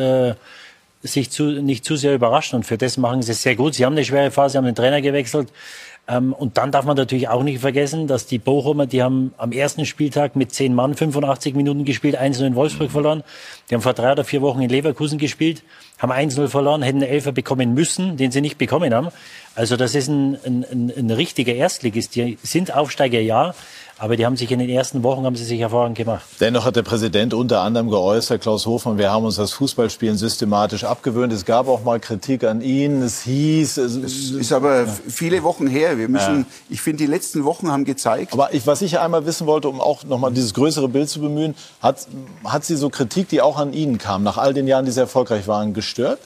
zu sehr überraschen. Und für das machen sie es sehr gut. Sie haben eine schwere Phase, sie haben den Trainer gewechselt. Und dann darf man natürlich auch nicht vergessen, dass die Bochumer, die haben am ersten Spieltag mit 10 Mann 85 Minuten gespielt, 1-0 in Wolfsburg verloren. Die haben vor 3 oder 4 Wochen in Leverkusen gespielt, haben 1-0 verloren, hätten einen Elfer bekommen müssen, den sie nicht bekommen haben. Also das ist ein richtiger Erstligist. Die sind Aufsteiger, ja. Aber die haben sich in den ersten Wochen hervorragend gemacht. Dennoch hat der Präsident unter anderem geäußert, Klaus Hofmann, wir haben uns das Fußballspielen systematisch abgewöhnt. Es gab auch mal Kritik an ihn. Es hieß... Es ist aber viele Wochen her. Wir müssen, ich finde, die letzten Wochen haben gezeigt... Aber was ich einmal wissen wollte, um auch nochmal dieses größere Bild zu bemühen, hat Sie so Kritik, die auch an Ihnen kam, nach all den Jahren, die sehr erfolgreich waren, gestört?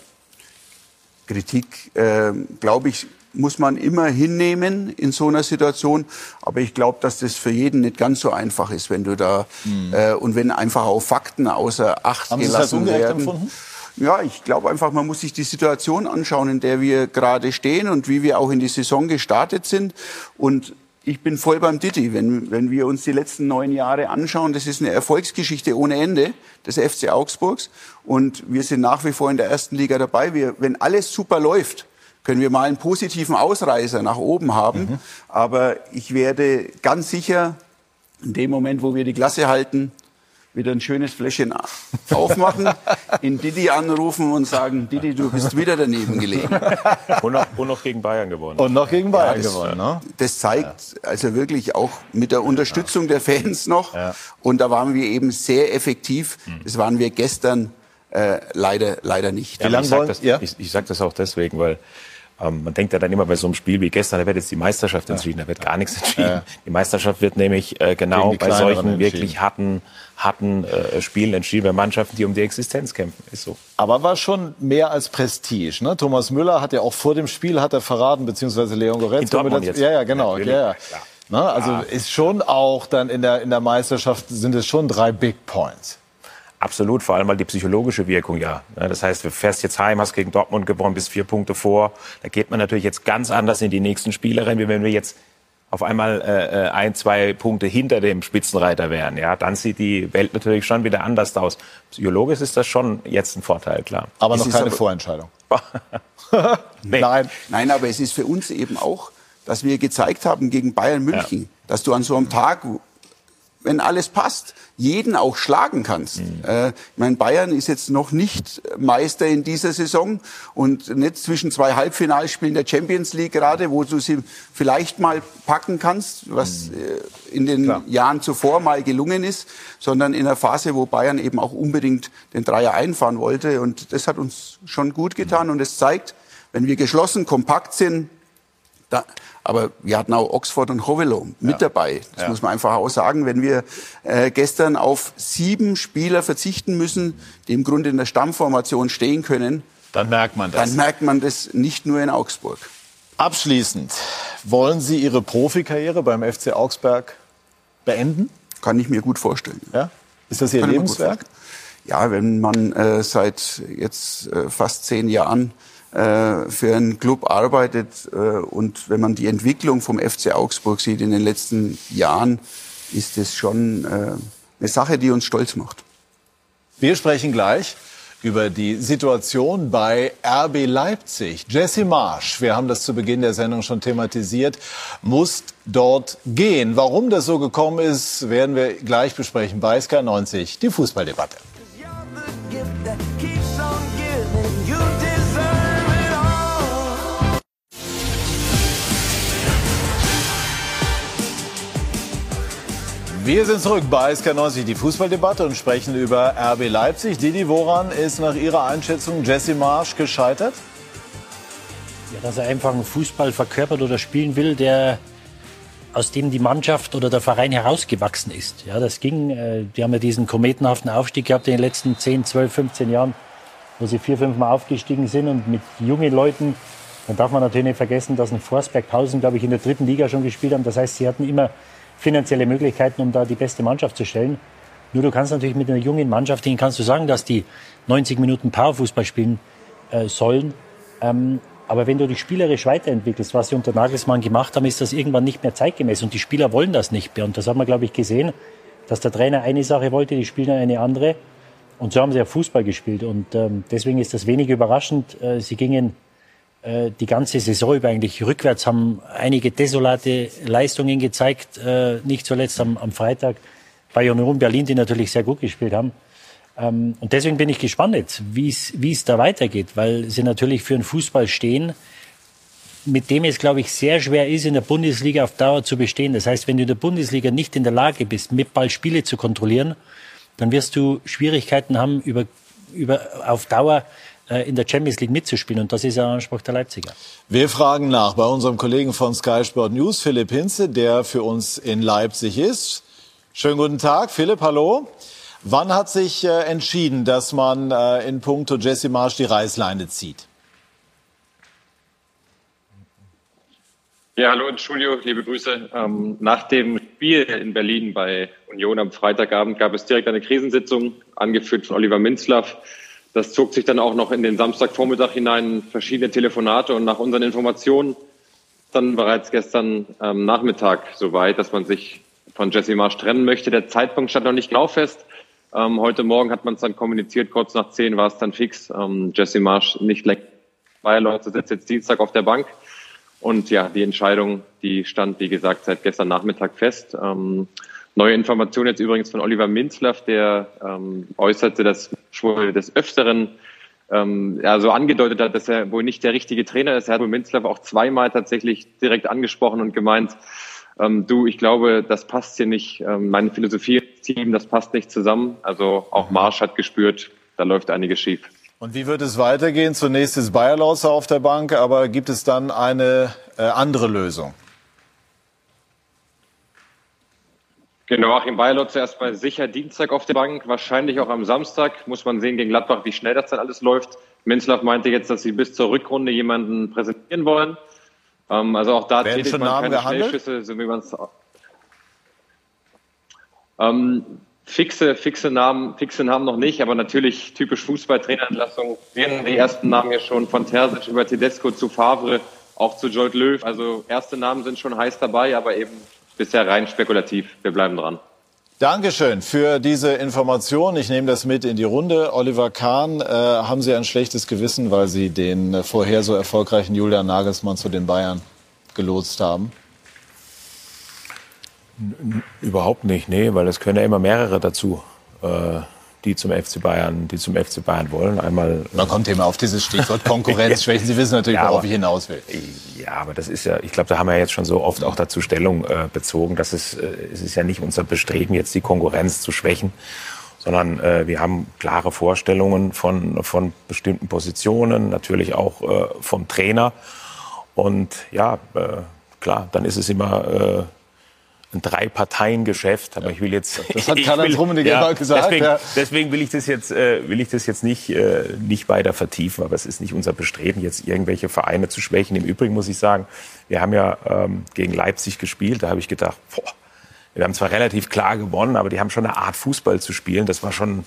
Kritik, glaube ich, muss man immer hinnehmen in so einer Situation. Aber ich glaube, dass das für jeden nicht ganz so einfach ist, wenn du da und wenn einfach auch Fakten außer Acht Haben gelassen Sie das ungerecht werden. empfunden? Ja, ich glaube einfach, man muss sich die Situation anschauen, in der wir gerade stehen und wie wir auch in die Saison gestartet sind. Und ich bin voll beim Didi. Wenn wir uns die letzten 9 Jahre anschauen, das ist eine Erfolgsgeschichte ohne Ende des FC Augsburgs. Und wir sind nach wie vor in der ersten Liga dabei. Wenn alles super läuft, können wir mal einen positiven Ausreißer nach oben haben. Aber ich werde ganz sicher in dem Moment, wo wir die Klasse halten, wieder ein schönes Fläschchen aufmachen, in Didi anrufen und sagen, Didi, du bist wieder daneben gelegen. Und noch gegen Bayern gewonnen. Und noch gegen Bayern gewonnen, ne? Das zeigt also wirklich auch mit der Unterstützung der Fans noch. Ja. Und da waren wir eben sehr effektiv. Das waren wir gestern leider nicht. Ja, ich sage das auch deswegen, weil man denkt ja dann immer bei so einem Spiel wie gestern, da wird jetzt die Meisterschaft entschieden, da wird gar nichts entschieden. Ja. Die Meisterschaft wird nämlich genau bei solchen wirklich harten Spielen entschieden, bei Mannschaften, die um die Existenz kämpfen. Ist so. Aber war schon mehr als Prestige. Ne? Thomas Müller hat ja auch vor dem Spiel verraten, beziehungsweise Leon Goretzka. Ja, genau. Ja. Ne? Also ist schon auch dann in der Meisterschaft sind es schon 3 Big Points. Absolut, vor allem mal die psychologische Wirkung, ja. Das heißt, du fährst jetzt heim, hast gegen Dortmund gewonnen, bist 4 Punkte vor. Da geht man natürlich jetzt ganz anders in die nächsten Spiele rein, wie wenn wir jetzt auf einmal 1, 2 Punkte hinter dem Spitzenreiter wären. Ja, dann sieht die Welt natürlich schon wieder anders aus. Psychologisch ist das schon jetzt ein Vorteil, klar. Aber noch keine Vorentscheidung. Nee. Nein, aber es ist für uns eben auch, dass wir gezeigt haben gegen Bayern München, dass du an so einem Tag, wenn alles passt, jeden auch schlagen kannst. Ich meine, Bayern ist jetzt noch nicht Meister in dieser Saison und nicht zwischen 2 Halbfinalspielen der Champions League gerade, wo du sie vielleicht mal packen kannst, was in den Jahren zuvor mal gelungen ist, sondern in einer Phase, wo Bayern eben auch unbedingt den Dreier einfahren wollte. Und das hat uns schon gut getan und es zeigt, wenn wir geschlossen, kompakt sind, aber wir hatten auch Oxford und Hovelo mit dabei. Das muss man einfach auch sagen. Wenn wir gestern auf 7 Spieler verzichten müssen, die im Grunde in der Stammformation stehen können, dann merkt man das. Dann merkt man das nicht nur in Augsburg. Abschließend, wollen Sie Ihre Profikarriere beim FC Augsburg beenden? Kann ich mir gut vorstellen. Ja? Ist das Ihr Lebenswerk? Ja, wenn man seit jetzt fast 10 Jahren für einen Club arbeitet und wenn man die Entwicklung vom FC Augsburg sieht in den letzten Jahren, ist es schon eine Sache, die uns stolz macht. Wir sprechen gleich über die Situation bei RB Leipzig. Jesse Marsch, wir haben das zu Beginn der Sendung schon thematisiert, muss dort gehen. Warum das so gekommen ist, werden wir gleich besprechen bei Sky 90, die Fußballdebatte. Wir sind zurück bei SK90, die Fußballdebatte, und sprechen über RB Leipzig. Didi, woran ist nach Ihrer Einschätzung Jesse Marsch gescheitert? Ja, dass er einfach einen Fußball verkörpert oder spielen will, aus dem die Mannschaft oder der Verein herausgewachsen ist. Ja, das ging. Die haben ja diesen kometenhaften Aufstieg gehabt in den letzten 10, 12, 15 Jahren, wo sie 4-5 Mal aufgestiegen sind, und mit jungen Leuten. Dann darf man natürlich nicht vergessen, dass ein Forsberg-Pausen, glaube ich, in der 3. Liga schon gespielt haben. Das heißt, sie hatten immer finanzielle Möglichkeiten, um da die beste Mannschaft zu stellen. Nur du kannst natürlich mit einer jungen Mannschaft, denen kannst du sagen, dass die 90 Minuten Powerfußball spielen sollen. Aber wenn du dich spielerisch weiterentwickelst, was sie unter Nagelsmann gemacht haben, ist das irgendwann nicht mehr zeitgemäß. Und die Spieler wollen das nicht mehr. Und das haben wir, glaube ich, gesehen, dass der Trainer eine Sache wollte, die Spieler eine andere. Und so haben sie ja Fußball gespielt. Und deswegen ist das wenig überraschend. Sie gingen die ganze Saison über eigentlich rückwärts, haben einige desolate Leistungen gezeigt. Nicht zuletzt am Freitag bei Union Berlin, die natürlich sehr gut gespielt haben. Und deswegen bin ich gespannt jetzt, wie es da weitergeht, weil sie natürlich für einen Fußball stehen, mit dem es, glaube ich, sehr schwer ist, in der Bundesliga auf Dauer zu bestehen. Das heißt, wenn du in der Bundesliga nicht in der Lage bist, mit Ball Spiele zu kontrollieren, dann wirst du Schwierigkeiten haben, auf Dauer in der Champions League mitzuspielen. Und das ist ja ein Anspruch der Leipziger. Wir fragen nach bei unserem Kollegen von Sky Sport News, Philipp Hinze, der für uns in Leipzig ist. Schönen guten Tag, Philipp, hallo. Wann hat sich entschieden, dass man in puncto Jesse Marsch die Reißleine zieht? Ja, hallo ins Studio, liebe Grüße. Nach dem Spiel in Berlin bei Union am Freitagabend gab es direkt eine Krisensitzung, angeführt von Oliver Minzlaff. Das zog sich dann auch noch in den Samstagvormittag hinein, verschiedene Telefonate, und nach unseren Informationen dann bereits gestern Nachmittag soweit, dass man sich von Jesse Marsch trennen möchte. Der Zeitpunkt stand noch nicht genau fest. Heute Morgen hat man es dann kommuniziert, kurz nach 10 war es dann fix. Jesse Marsch nicht länger bei Leute, sitzt jetzt Dienstag auf der Bank. Und ja, die Entscheidung, die stand, wie gesagt, seit gestern Nachmittag fest. Neue Information jetzt übrigens von Oliver Minzlaff, der äußerte, dass wohl des Öfteren so angedeutet hat, dass er wohl nicht der richtige Trainer ist. Er hat wohl Minzlaff auch zweimal tatsächlich direkt angesprochen und gemeint, ich glaube, das passt hier nicht. Meine Philosophie im Team, das passt nicht zusammen. Also auch Marsch hat gespürt, da läuft einiges schief. Und wie wird es weitergehen? Zunächst ist Bayerlotzer auf der Bank, aber gibt es dann eine andere Lösung? Genau, Achim Bayerlotzer erstmal sicher Dienstag auf der Bank, wahrscheinlich auch am Samstag. Muss man sehen gegen Gladbach, wie schnell das dann alles läuft. Minzlaff meinte jetzt, dass sie bis zur Rückrunde jemanden präsentieren wollen. Also auch da tätigt man keine Schnellschüsse, so wie man es fixe Namen noch nicht, aber natürlich typisch Fußballtrainerentlassung. Die ersten Namen hier schon von Terzic über Tedesco zu Favre, auch zu Jolt Löw. Also erste Namen sind schon heiß dabei, aber eben bisher rein spekulativ. Wir bleiben dran. Dankeschön für diese Information. Ich nehme das mit in die Runde. Oliver Kahn, haben Sie ein schlechtes Gewissen, weil Sie den vorher so erfolgreichen Julian Nagelsmann zu den Bayern gelotst haben? Überhaupt nicht, nee, weil es können ja immer mehrere dazu, die zum FC Bayern wollen. Einmal. Man kommt immer auf dieses Stichwort Konkurrenzschwächen. Sie wissen natürlich, worauf ich hinaus will. Ja, aber das ist ja, ich glaube, da haben wir jetzt schon so oft auch dazu Stellung bezogen, dass es ist ja nicht unser Bestreben, jetzt die Konkurrenz zu schwächen, sondern wir haben klare Vorstellungen von bestimmten Positionen, natürlich auch vom Trainer. Und ja, klar, dann ist es immer ein Drei-Parteien-Geschäft, aber ich will jetzt. Das hat Karl-Heinz Rummenigge mal gesagt. Deswegen will ich das jetzt nicht weiter vertiefen, aber es ist nicht unser Bestreben, jetzt irgendwelche Vereine zu schwächen. Im Übrigen muss ich sagen, wir haben ja gegen Leipzig gespielt. Da habe ich gedacht, wir haben zwar relativ klar gewonnen, aber die haben schon eine Art Fußball zu spielen. Das war schon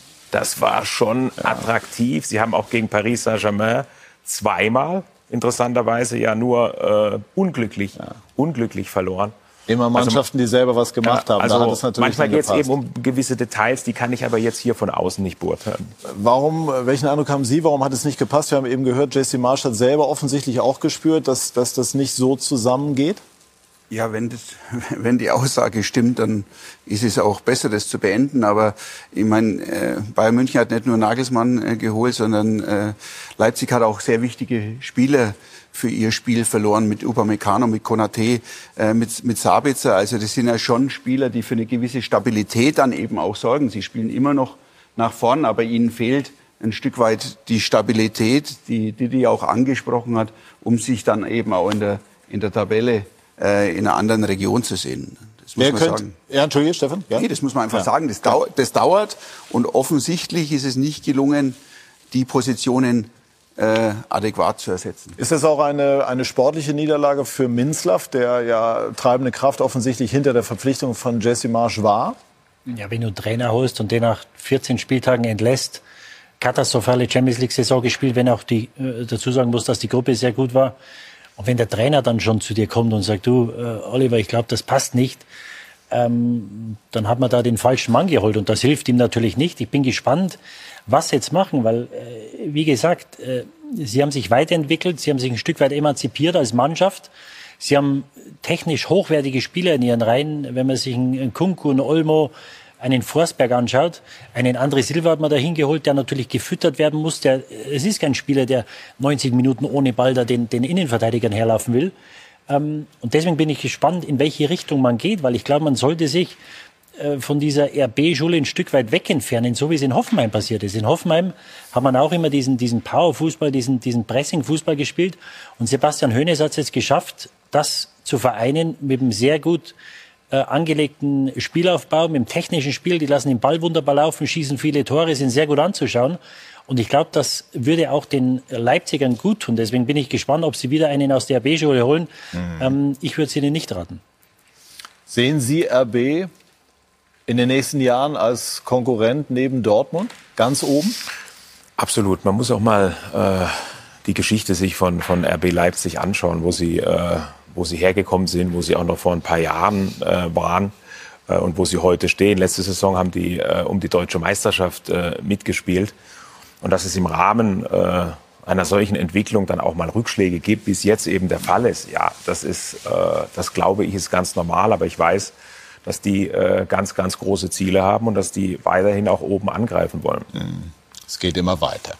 attraktiv. Sie haben auch gegen Paris Saint-Germain zweimal, interessanterweise ja nur unglücklich verloren. Immer Mannschaften, die selber was gemacht haben. Also da hat es natürlich manchmal geht es eben um gewisse Details, die kann ich aber jetzt hier von außen nicht beurteilen. Welchen Eindruck haben Sie, warum hat es nicht gepasst? Wir haben eben gehört, Jesse Marsch hat selber offensichtlich auch gespürt, dass das nicht so zusammengeht. Ja, wenn die Aussage stimmt, dann ist es auch besser, das zu beenden. Aber ich meine, Bayern München hat nicht nur Nagelsmann geholt, sondern Leipzig hat auch sehr wichtige Spieler für ihr Spiel verloren, mit Upamecano, mit Konaté, mit Sabitzer. Also das sind ja schon Spieler, die für eine gewisse Stabilität dann eben auch sorgen. Sie spielen immer noch nach vorn, aber ihnen fehlt ein Stück weit die Stabilität, die auch angesprochen hat, um sich dann eben auch in der Tabelle in einer anderen Region zu sehen. Das muss man sagen. Ja, Entschuldige, Stefan? Ja? Nee, das muss man einfach sagen. Das dauert und offensichtlich ist es nicht gelungen, die Positionen adäquat zu ersetzen. Ist das auch eine sportliche Niederlage für Minzlaff, der ja treibende Kraft offensichtlich hinter der Verpflichtung von Jesse Marsch war? Ja, wenn du einen Trainer holst und den nach 14 Spieltagen entlässt, katastrophale Champions-League-Saison gespielt, wenn auch dazu sagen muss, dass die Gruppe sehr gut war. Und wenn der Trainer dann schon zu dir kommt und sagt, du, Oliver, ich glaube, das passt nicht, dann hat man da den falschen Mann geholt. Und das hilft ihm natürlich nicht. Ich bin gespannt, was sie jetzt machen, weil, wie gesagt, sie haben sich weiterentwickelt, sie haben sich ein Stück weit emanzipiert als Mannschaft. Sie haben technisch hochwertige Spieler in ihren Reihen. Wenn man sich einen Kunku, einen Olmo, einen Forsberg anschaut, einen André Silva hat man da hingeholt, der natürlich gefüttert werden muss. Es ist kein Spieler, der 90 Minuten ohne Ball da den Innenverteidigern herlaufen will. Und deswegen bin ich gespannt, in welche Richtung man geht, weil ich glaube, man sollte sich von dieser RB-Schule ein Stück weit weg entfernen, so wie es in Hoffenheim passiert ist. In Hoffenheim hat man auch immer diesen Power-Fußball, diesen Pressing-Fußball gespielt. Und Sebastian Hoeneß hat es jetzt geschafft, das zu vereinen mit einem sehr gut angelegten Spielaufbau, mit dem technischen Spiel. Die lassen den Ball wunderbar laufen, schießen viele Tore, sind sehr gut anzuschauen. Und ich glaube, das würde auch den Leipzigern gut tun. Deswegen bin ich gespannt, ob sie wieder einen aus der RB-Schule holen. Ich würde es ihnen nicht raten. Sehen Sie RB in den nächsten Jahren als Konkurrent neben Dortmund ganz oben? Absolut. Man muss auch mal die Geschichte sich von RB Leipzig anschauen, wo sie hergekommen sind, wo sie auch noch vor ein paar Jahren waren und wo sie heute stehen. Letzte Saison haben die um die deutsche Meisterschaft mitgespielt. Und dass es im Rahmen einer solchen Entwicklung dann auch mal Rückschläge gibt, wie es jetzt eben der Fall ist, ja, das glaube ich, ist ganz normal. Aber ich weiß, dass die ganz, ganz große Ziele haben und dass die weiterhin auch oben angreifen wollen. Es geht immer weiter.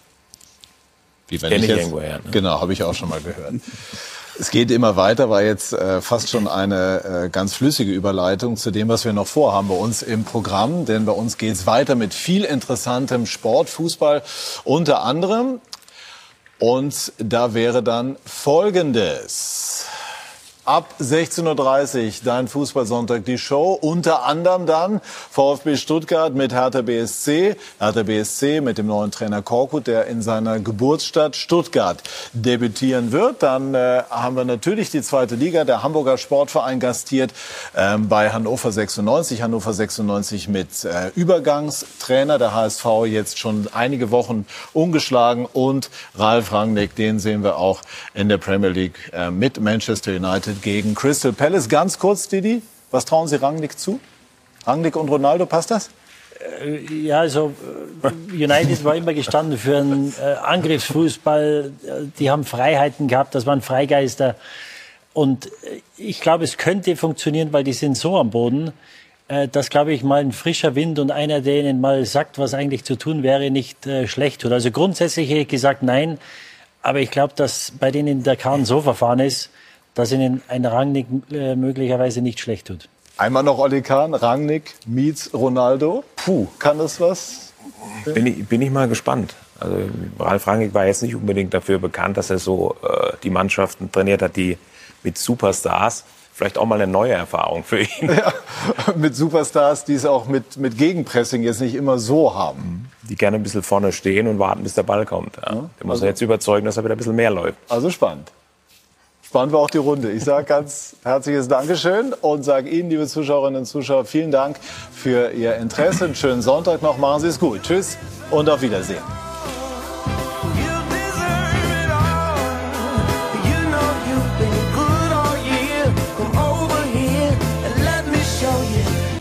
Wie wenn ich irgendwo her, ne? Genau, habe ich auch schon mal gehört. Es geht immer weiter, war jetzt fast schon eine ganz flüssige Überleitung zu dem, was wir noch vorhaben bei uns im Programm. Denn bei uns geht es weiter mit viel interessantem Sport, Fußball unter anderem. Und da wäre dann Folgendes. Ab 16:30 Uhr dein Fußballsonntag, die Show. Unter anderem dann VfB Stuttgart mit Hertha BSC. Hertha BSC mit dem neuen Trainer Korkut, der in seiner Geburtsstadt Stuttgart debütieren wird. Dann haben wir natürlich die zweite Liga. Der Hamburger Sportverein gastiert bei Hannover 96. Hannover 96 mit Übergangstrainer. Der HSV jetzt schon einige Wochen ungeschlagen. Und Ralf Rangnick, den sehen wir auch in der Premier League mit Manchester United gegen Crystal Palace. Ganz kurz, Didi, was trauen Sie Rangnick zu? Rangnick und Ronaldo, passt das? Ja, also United war immer gestanden für einen Angriffsfußball. Die haben Freiheiten gehabt, das waren Freigeister. Und ich glaube, es könnte funktionieren, weil die sind so am Boden, dass, glaube ich, mal ein frischer Wind und einer, der ihnen mal sagt, was eigentlich zu tun wäre, nicht schlecht tut. Also grundsätzlich hätte ich gesagt, nein. Aber ich glaube, dass bei denen der Kahn so verfahren ist, dass ihnen ein Rangnick möglicherweise nicht schlecht tut. Einmal noch Oli Kahn, Rangnick meets Ronaldo. Puh, kann das was? Bin ich mal gespannt. Also Ralf Rangnick war jetzt nicht unbedingt dafür bekannt, dass er so die Mannschaften trainiert hat, die mit Superstars. Vielleicht auch mal eine neue Erfahrung für ihn. Ja, mit Superstars, die es auch mit Gegenpressing jetzt nicht immer so haben. Die gerne ein bisschen vorne stehen und warten, bis der Ball kommt. Ja. Der muss jetzt überzeugen, dass er wieder ein bisschen mehr läuft. Also spannend. Spannend war auch die Runde. Ich sage ganz herzliches Dankeschön und sage Ihnen, liebe Zuschauerinnen und Zuschauer, vielen Dank für Ihr Interesse. Einen schönen Sonntag noch. Machen Sie es gut. Tschüss und auf Wiedersehen.